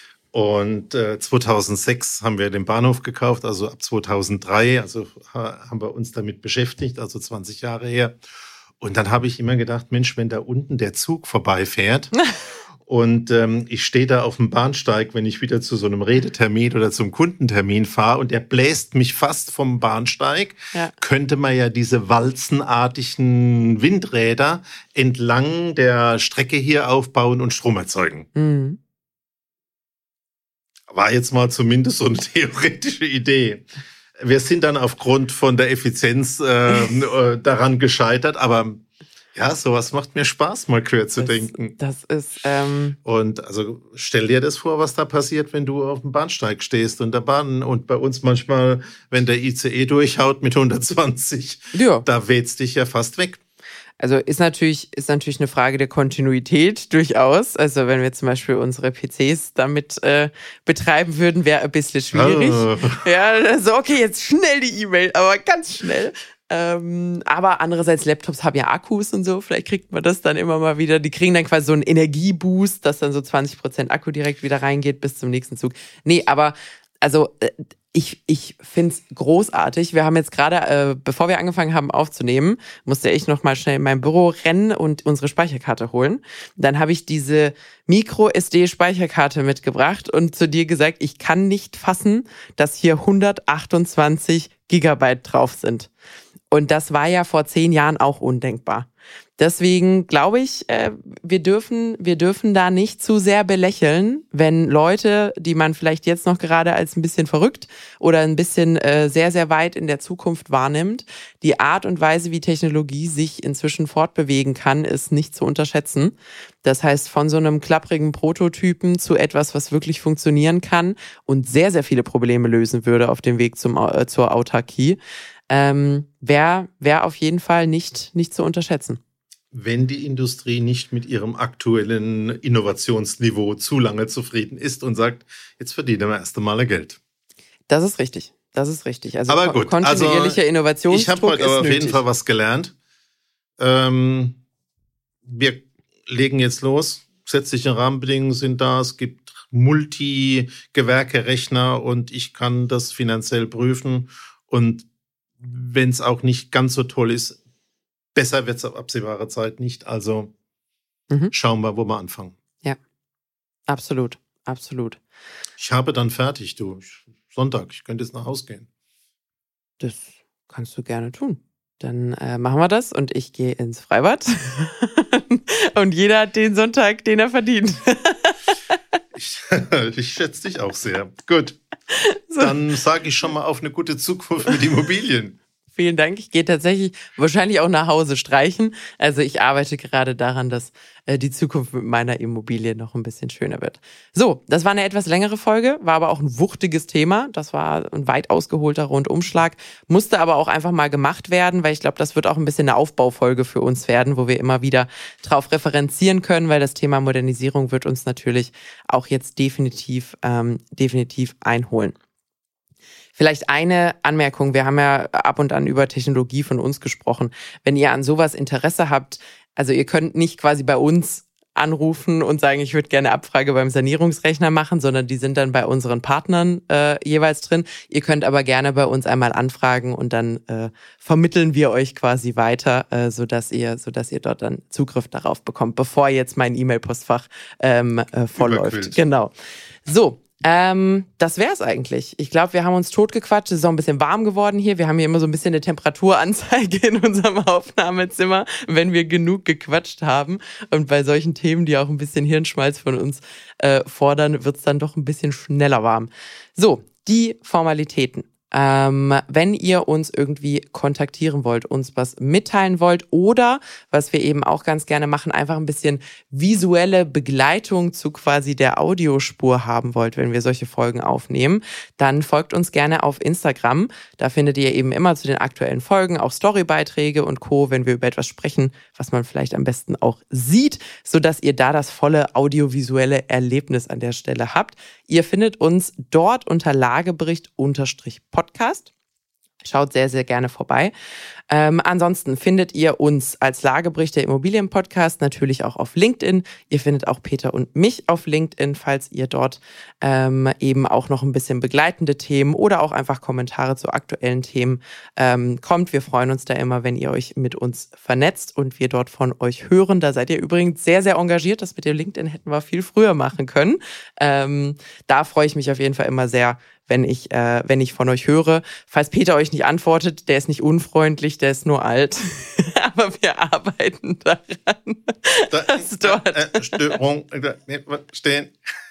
Und äh, zweitausendsechs haben wir den Bahnhof gekauft, also ab zweitausenddrei, also ha, haben wir uns damit beschäftigt, also zwanzig Jahre her. Und dann habe ich immer gedacht, Mensch, wenn da unten der Zug vorbeifährt und ähm, ich stehe da auf dem Bahnsteig, wenn ich wieder zu so einem Redetermin oder zum Kundentermin fahre und der bläst mich fast vom Bahnsteig, ja. könnte man ja diese walzenartigen Windräder entlang der Strecke hier aufbauen und Strom erzeugen. Mhm. War jetzt mal zumindest so eine theoretische Idee. Wir sind dann aufgrund von der Effizienz äh, daran gescheitert, aber ja, sowas macht mir Spaß, mal quer zu das, denken. Das ist... Ähm und also stell dir das vor, was da passiert, wenn du auf dem Bahnsteig stehst und der Bahn und bei uns manchmal, wenn der I C E durchhaut mit hundertzwanzig, ja. da weht's dich ja fast weg. Also ist natürlich, ist natürlich eine Frage der Kontinuität durchaus. Also wenn wir zum Beispiel unsere P Cs damit äh, betreiben würden, wäre ein bisschen schwierig. Oh. Ja, also okay, jetzt schnell die E-Mail, aber ganz schnell. Ähm, aber andererseits, Laptops haben ja Akkus und so. Vielleicht kriegt man das dann immer mal wieder. Die kriegen dann quasi so einen Energieboost, dass dann so zwanzig Prozent Akku direkt wieder reingeht bis zum nächsten Zug. Nee, aber also... Äh, Ich, ich find's großartig. Wir haben jetzt gerade, äh, bevor wir angefangen haben aufzunehmen, musste ich noch mal schnell in mein Büro rennen und unsere Speicherkarte holen. Dann habe ich diese Micro-S D-Speicherkarte mitgebracht und zu dir gesagt, ich kann nicht fassen, dass hier hundertachtundzwanzig Gigabyte drauf sind. Und das war ja vor zehn Jahren auch undenkbar. Deswegen glaube ich, äh, wir dürfen, wir dürfen da nicht zu sehr belächeln, wenn Leute, die man vielleicht jetzt noch gerade als ein bisschen verrückt oder ein bisschen äh, sehr, sehr weit in der Zukunft wahrnimmt, die Art und Weise, wie Technologie sich inzwischen fortbewegen kann, ist nicht zu unterschätzen. Das heißt, von so einem klapprigen Prototypen zu etwas, was wirklich funktionieren kann und sehr, sehr viele Probleme lösen würde auf dem Weg zum, äh, zur Autarkie, ähm, wäre wär auf jeden Fall nicht, nicht zu unterschätzen. Wenn die Industrie nicht mit ihrem aktuellen Innovationsniveau zu lange zufrieden ist und sagt, jetzt verdienen wir erst einmal Geld. Das ist richtig. Das ist richtig. Also aber gut, kontinuierlicher also Innovationsdruck ich habe heute aber auf nötig. jeden Fall was gelernt. Ähm, wir legen jetzt los. Gesetzliche Rahmenbedingungen sind da. Es gibt Multi-Gewerke-Rechner und ich kann das finanziell prüfen. Und wenn es auch nicht ganz so toll ist, besser wird es auf absehbare Zeit nicht. Also mhm. schauen wir, wo wir anfangen. Ja, absolut, absolut. Ich habe dann fertig, du. Sonntag, ich könnte jetzt nach Hause gehen. Das kannst du gerne tun. Dann äh, machen wir das und ich gehe ins Freibad. Und jeder hat den Sonntag, den er verdient. ich, ich schätze dich auch sehr. Gut. So. Dann sage ich schon mal auf eine gute Zukunft mit Immobilien. Vielen Dank. Ich gehe tatsächlich wahrscheinlich auch nach Hause streichen. Also ich arbeite gerade daran, dass äh, die Zukunft mit meiner Immobilie noch ein bisschen schöner wird. So, das war eine etwas längere Folge, war aber auch ein wuchtiges Thema. Das war ein weit ausgeholter Rundumschlag, musste aber auch einfach mal gemacht werden, weil ich glaube, das wird auch ein bisschen eine Aufbaufolge für uns werden, wo wir immer wieder drauf referenzieren können, weil das Thema Modernisierung wird uns natürlich auch jetzt definitiv, ähm, definitiv einholen. Vielleicht eine Anmerkung, wir haben ja ab und an über Technologie von uns gesprochen. Wenn ihr an sowas Interesse habt, also ihr könnt nicht quasi bei uns anrufen und sagen, ich würde gerne Abfrage beim Sanierungsrechner machen, sondern die sind dann bei unseren Partnern äh, jeweils drin. Ihr könnt aber gerne bei uns einmal anfragen und dann äh, vermitteln wir euch quasi weiter, äh, sodass ihr, sodass ihr dort dann Zugriff darauf bekommt, bevor jetzt mein E-Mail-Postfach ähm, äh, vollläuft. Überquillt. Genau. So. Ähm, das wär's eigentlich. Ich glaube, wir haben uns totgequatscht. Es ist auch ein bisschen warm geworden hier. Wir haben hier immer so ein bisschen eine Temperaturanzeige in unserem Aufnahmezimmer, wenn wir genug gequatscht haben. Und bei solchen Themen, die auch ein bisschen Hirnschmalz von uns äh, fordern, wird's dann doch ein bisschen schneller warm. So, die Formalitäten. Ähm, wenn ihr uns irgendwie kontaktieren wollt, uns was mitteilen wollt oder, was wir eben auch ganz gerne machen, einfach ein bisschen visuelle Begleitung zu quasi der Audiospur haben wollt, wenn wir solche Folgen aufnehmen, dann folgt uns gerne auf Instagram. Da findet ihr eben immer zu den aktuellen Folgen auch Storybeiträge und Co., wenn wir über etwas sprechen, was man vielleicht am besten auch sieht, sodass ihr da das volle audiovisuelle Erlebnis an der Stelle habt. Ihr findet uns dort unter Lagebericht-Podcast. Podcast. Schaut sehr, sehr gerne vorbei. Ähm, ansonsten findet ihr uns als Lagebericht der Immobilienpodcast natürlich auch auf LinkedIn. Ihr findet auch Peter und mich auf LinkedIn, falls ihr dort ähm, eben auch noch ein bisschen begleitende Themen oder auch einfach Kommentare zu aktuellen Themen ähm, kommt. Wir freuen uns da immer, wenn ihr euch mit uns vernetzt und wir dort von euch hören. Da seid ihr übrigens sehr, sehr engagiert. Das mit dem LinkedIn hätten wir viel früher machen können. Ähm, da freue ich mich auf jeden Fall immer sehr, wenn ich, äh, wenn ich von euch höre. Falls Peter euch nicht antwortet, der ist nicht unfreundlich, der ist nur alt. Aber wir arbeiten daran, Da dass dort, äh, Störung, stehen.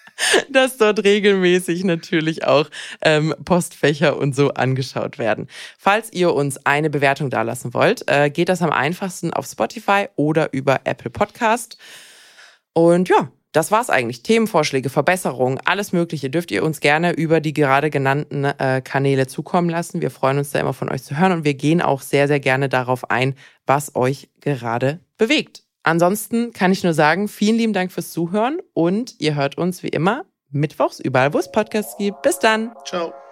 dass dort regelmäßig natürlich auch ähm, Postfächer und so angeschaut werden. Falls ihr uns eine Bewertung dalassen wollt, äh, geht das am einfachsten auf Spotify oder über Apple Podcast. Und ja, das war's eigentlich. Themenvorschläge, Verbesserungen, alles Mögliche dürft ihr uns gerne über die gerade genannten äh, Kanäle zukommen lassen. Wir freuen uns da immer von euch zu hören und wir gehen auch sehr, sehr gerne darauf ein, was euch gerade bewegt. Ansonsten kann ich nur sagen, vielen lieben Dank fürs Zuhören und ihr hört uns wie immer mittwochs überall, wo es Podcasts gibt. Bis dann. Ciao.